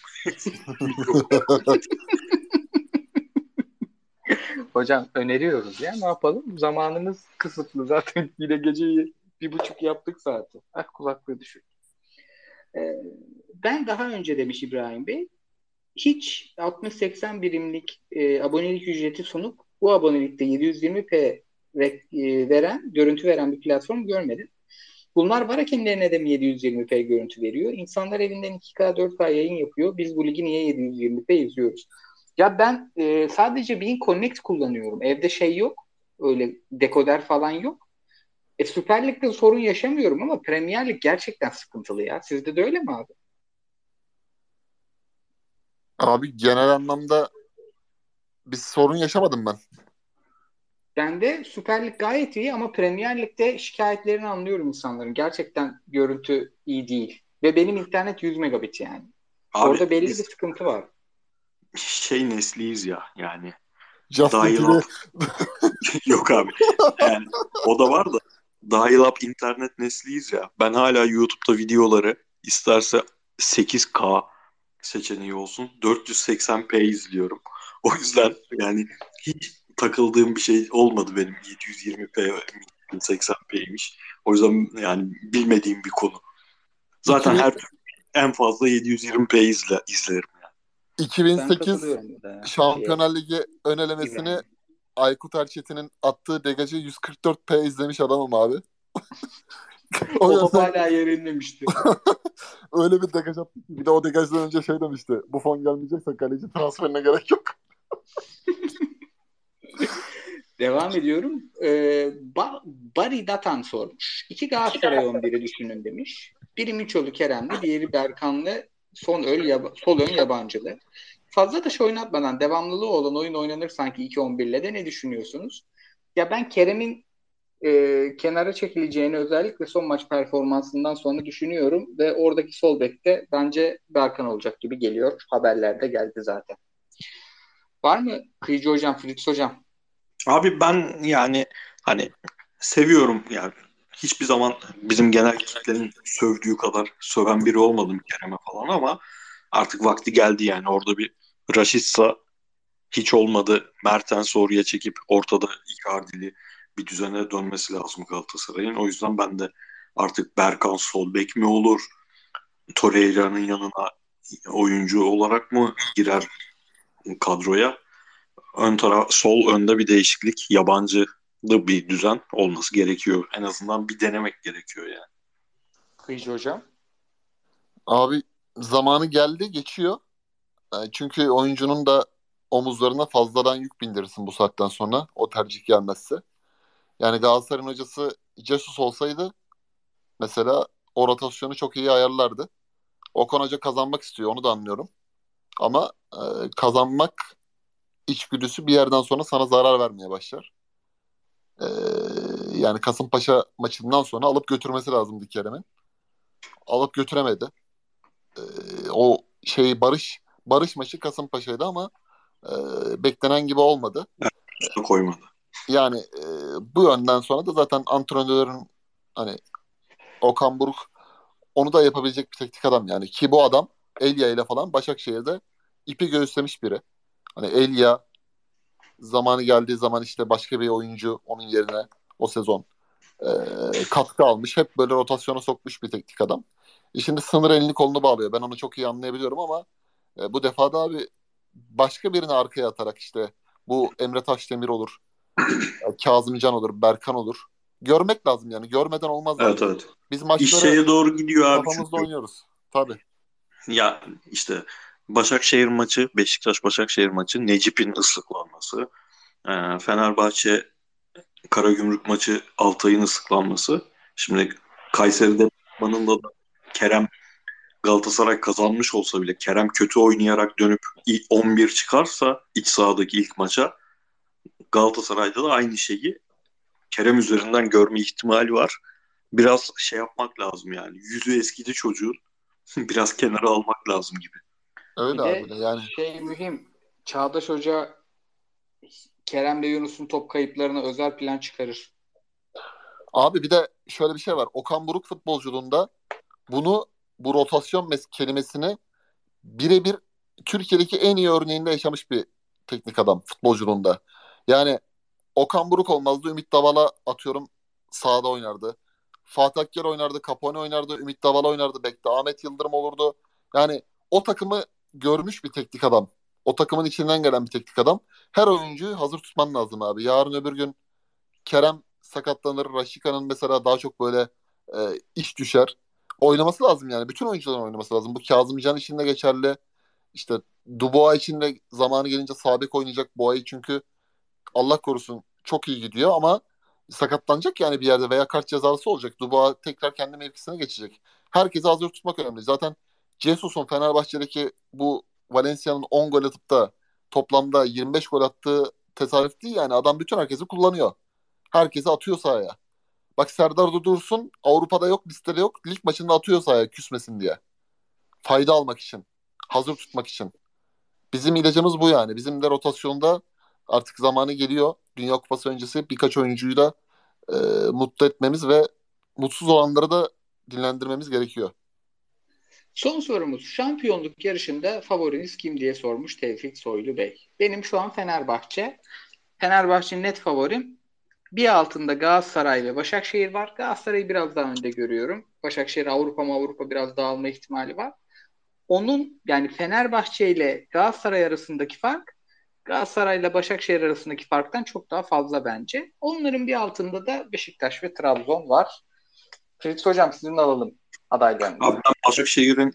hocam öneriyoruz ya ne yapalım? Zamanımız kısıtlı zaten yine geceyi 1.30 yaptık zaten. Ah kulaklığı düşük. Ee, Ben daha önce demiş İbrahim Bey hiç 60-80 birimlik abonelik ücreti sunup bu abonelikte 720p görüntü veren bir platform görmedim. Bunlar Barakinlerine de mi 720p görüntü veriyor? İnsanlar evinden 2K 4K yayın yapıyor. Biz bu ligi niye 720p izliyoruz? Ya ben sadece Bean Connect kullanıyorum. Evde şey yok. Öyle dekoder falan yok. Süper Lig'de sorun yaşamıyorum ama Premier Lig gerçekten sıkıntılı ya. Sizde de öyle mi abi? Abi genel anlamda bir sorun yaşamadım ben. Ben de Süper Lig gayet iyi ama Premier Lig'de şikayetlerini anlıyorum insanların. Gerçekten görüntü iyi değil. Ve benim internet 100 megabit yani. Abi Orada belli bir biz sıkıntı var. şey nesliyiz ya yani. Justin Dial-up TV. yok abi. Yani o da var da dial-up internet nesliyiz ya. Ben hala YouTube'da videoları isterse 8K seçeneği olsun 480p izliyorum. O yüzden yani hiç takıldığım bir şey olmadı benim 720p 1080p'ymiş. O yüzden yani bilmediğim bir konu. Zaten 2000, her türlü en fazla 720p izlerim. Ben 2008 katılıyorum burada ya. Şampiyonlar Ligi ön elemesini İbrahim. Aykut Erçetin'in attığı degajı 144p izlemiş adamım abi. O O top yönden hala yere inmemişti. öyle bir degaj attı ki. Bir de o degajdan önce şey demişti. Buffon gelmeyecekse kaleci transferine gerek yok. Devam ediyorum. Bari Datan sormuş. İki Galatasaray 11'i düşünün demiş. Biri Miçolu Keremli, diğeri Berkanlı, sol ön yabancılı. Fazla taş oynatmadan devamlılığı olan oyun oynanır sanki 2-11'le de ne düşünüyorsunuz? Ya ben Kerem'in kenara çekileceğini özellikle son maç performansından sonra düşünüyorum ve oradaki sol bekte bence Berkan olacak gibi geliyor. Haberlerde geldi zaten. Var mı Kıyıcı Hocam, Fritz Hocam? Abi ben yani hani seviyorum yani hiçbir zaman bizim genel kitlenin sövdüğü kadar söven biri olmadım Kerem'e falan ama artık vakti geldi yani orada bir Rashica hiç olmadı Mertens'i oraya çekip ortada Icardi'li bir düzene dönmesi lazım Galatasaray'ın. O yüzden ben de artık Berkan sol bek mi olur? Torreira'nın yanına oyuncu olarak mı girer kadroya? Ön taraf sol önde bir değişiklik, yabancı bir düzen olması gerekiyor. En azından bir denemek gerekiyor yani. Kıyıcı Hocam. Abi zamanı geldi geçiyor. Çünkü oyuncunun da omuzlarına fazladan yük bindirirsin bu saatten sonra. O tercih gelmezse. Yani Galatasaray'ın hocası Jesus olsaydı mesela o rotasyonu çok iyi ayarlardı. Okan Hoca kazanmak istiyor, onu da anlıyorum. Ama kazanmak içgüdüsü bir yerden sonra sana zarar vermeye başlar. E, Yani Kasımpaşa maçından sonra alıp götürmesi lazımdı Kerem'in. Alıp götüremedi. E, O şey Barış maçı Kasımpaşa'ydı ama beklenen gibi olmadı. Üstüne koymadı. Yani bu yönden sonra da zaten antrenörün hani Okan Buruk onu da yapabilecek bir teknik adam yani. Ki bu adam Elia ile falan Başakşehir'de ipi göğüslemiş biri. Hani Elia zamanı geldiği zaman işte başka bir oyuncu onun yerine o sezon katkı almış. Hep böyle rotasyona sokmuş bir teknik adam. Şimdi sınır elini kolunu bağlıyor. Ben onu çok iyi anlayabiliyorum ama bu defa da abi başka birini arkaya atarak işte bu Emre Taşdemir olur, Kazımcan olur, Berkan olur. Görmek lazım yani. Görmeden olmaz Evet, abi. evet. Biz İş maçları şeye doğru gidiyor abi kafamızda çünkü. oynuyoruz. Tabii. Ya işte Başakşehir maçı, Beşiktaş-Başakşehir maçı, Necip'in ıslıklanması, Fenerbahçe Karagümrük maçı Altay'ın ıslıklanması. Şimdi Kayseri'de da Kerem Galatasaray kazanmış olsa bile Kerem kötü oynayarak dönüp 11 çıkarsa iç sahadaki ilk maça Galatasaray'da da aynı şeyi Kerem üzerinden görme ihtimali var. Biraz şey yapmak lazım yani. Yüzü eskidi çocuğun. Biraz kenara almak lazım gibi. Öyle Bir abi de de yani. şey mühim. Çağdaş Hoca Kerem ve Yunus'un top kayıplarına özel plan çıkarır. Abi bir de şöyle bir şey var. Okan Buruk futbolculuğunda bunu bu rotasyon kelimesini birebir Türkiye'deki en iyi örneğinde yaşamış bir teknik adam futbolculuğunda. Yani Okan Buruk olmazdı. Ümit Davala atıyorum sahada oynardı. Fatih Akker oynardı. Capone oynardı. Ümit Davala oynardı. Bekte Ahmet Yıldırım olurdu. Yani o takımı görmüş bir teknik adam. O takımın içinden gelen bir teknik adam. Her oyuncuyu hazır tutman lazım abi. Yarın öbür gün Kerem sakatlanır. Raşika'nın mesela daha çok böyle iş düşer. Oynaması lazım yani. Bütün oyuncuların oynaması lazım. Bu Kazımcan için de geçerli. İşte Dubois için de zamanı gelince sağ bek oynayacak. Boğa'yı çünkü Allah korusun çok iyi gidiyor ama sakatlanacak yani bir yerde veya kart cezalısı olacak. Dubois tekrar kendi mevkisine geçecek. Herkesi hazır tutmak önemli. Zaten Jesus'un Fenerbahçe'deki bu Valencia'nın 10 gol atıp da toplamda 25 gol attığı tesadüf değil yani. Adam bütün herkesi kullanıyor. Herkesi atıyor sahaya. Bak Serdar Dursun Avrupa'da yok, listede yok. Lig maçında atıyor sahaya küsmesin diye. Fayda almak için. Hazır tutmak için. Bizim ilacımız bu yani. Bizim de rotasyonda artık zamanı geliyor. Dünya Kupası öncesi birkaç oyuncuyu da e, mutlu etmemiz ve mutsuz olanları da dinlendirmemiz gerekiyor. Son sorumuz. Şampiyonluk yarışında favoriniz kim diye sormuş Tevfik Soylu Bey. Benim şu an Fenerbahçe. Fenerbahçe'nin net favorim. Bir altında Galatasaray ve Başakşehir var. Galatasaray'ı biraz daha önde görüyorum. Başakşehir Avrupa biraz daha alma ihtimali var. Onun yani Fenerbahçe ile Galatasaray arasındaki fark Galatasaray ile Başakşehir arasındaki farktan çok daha fazla bence. Onların bir altında da Beşiktaş ve Trabzon var. Fritz Hocam sizin alalım adaylarınızı. Abi ben Başakşehir'in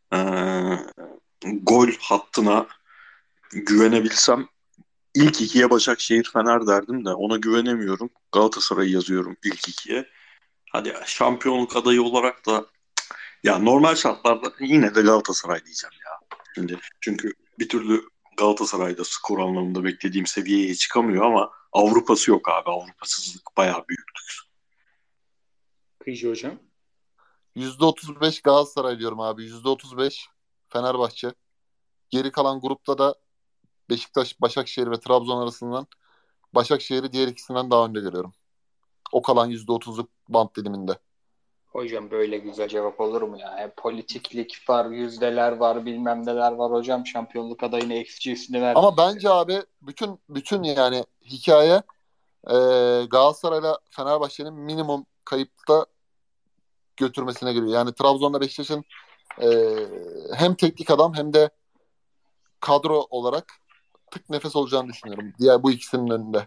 gol hattına güvenebilsem ilk ikiye Başakşehir Fener derdim de ona güvenemiyorum. Galatasaray'ı yazıyorum ilk ikiye. Hadi şampiyonluk adayı olarak da ya normal şartlarda yine de Galatasaray diyeceğim ya. Şimdi çünkü bir türlü Galatasaray'da skor anlamında beklediğim seviyeye çıkamıyor ama Avrupa'sı yok abi. Avrupasızlık bayağı büyük. Kıyıcı Hocam. %35 Galatasaray diyorum abi. %35 Fenerbahçe. Geri kalan grupta da Beşiktaş, Başakşehir ve Trabzon arasından Başakşehir'i diğer ikisinden daha önde görüyorum. O kalan %30'luk bant diliminde. Hocam böyle güzel cevap olur mu ya? Politiklik var, yüzdeler var, bilmem neler var. Hocam şampiyonluk adayına XG'sini Ama verdiniz. bence abi bütün yani hikaye Galatasaray'la Fenerbahçe'nin minimum kayıpta götürmesine geliyor. Yani Trabzon'la Beşiktaş'ın hem teknik adam hem de kadro olarak tık nefes olacağını düşünüyorum. Diğer bu ikisinin önünde.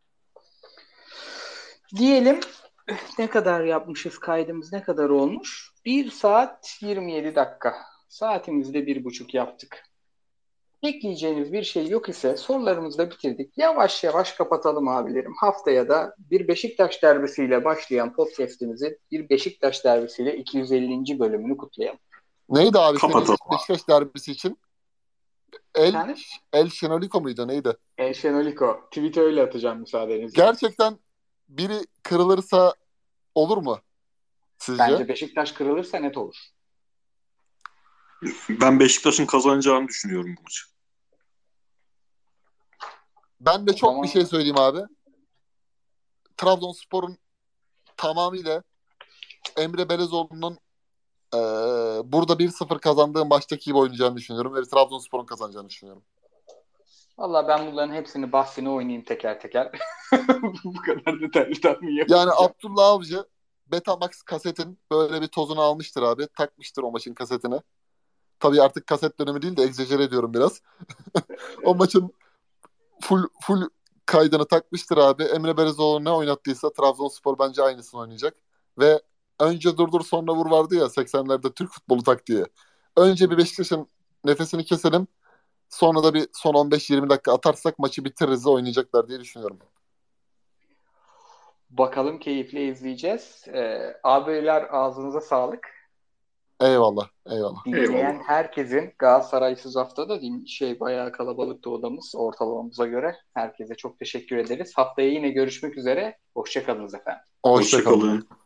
Diyelim ne kadar yapmışız kaydımız ne kadar olmuş? 1 saat 27 dakika. Saatimizde 1,5 yaptık. Ekleyeceğiniz bir şey yok ise sorularımızı da bitirdik. Yavaş yavaş kapatalım abilerim. Haftaya da bir Beşiktaş derbisiyle başlayan podcast'imizin bir Beşiktaş derbisiyle 250. bölümünü kutlayalım. Neydi abi senin Kapatalım. Beşiktaş derbisi için? El, Efendim? El Şenoliko muydu neydi? Şenoliko. Tweet'e öyle atacağım müsaadenizle. Gerçekten biri kırılırsa olur mu sizce? Bence Beşiktaş kırılırsa net olur. Ben Beşiktaş'ın kazanacağını düşünüyorum bu maçı. Ben de O çok zaman bir şey söyleyeyim abi. Trabzonspor'un tamamıyla Emre Belezoğlu'nun burada 1-0 kazandığı maçtaki gibi oynayacağını düşünüyorum ve Trabzonspor'un kazanacağını düşünüyorum. valla ben bunların hepsini bahsini oynayayım teker teker. Bu kadar detaylı tahmin Yani yapamayacağım. Abdullah Avcı Betamax kasetin böyle bir tozunu almıştır abi. Takmıştır o maçın kasetine. Tabii artık kaset dönemi değil de egzajere ediyorum biraz. O maçın full kaydını takmıştır abi. Emre Belezoğlu ne oynattıysa Trabzonspor bence aynısını oynayacak. Ve önce durdur sonra vur vardı ya 80'lerde Türk futbolu taktiği. Önce bir Beşiktaş'ın nefesini keselim. Sonra da bir son 15-20 dakika atarsak maçı bitiririz oynayacaklar diye düşünüyorum. Bakalım keyifle izleyeceğiz. Abiler ağzınıza sağlık. Eyvallah, eyvallah. Dinleyen Eyvallah. herkesin Galatasaraysız haftada bayağı kalabalıktı odamız ortalamamıza göre. Herkese çok teşekkür ederiz. Haftaya yine görüşmek üzere. Hoşça kalınız efendim. Hoşça kalın. Hoşçakalın.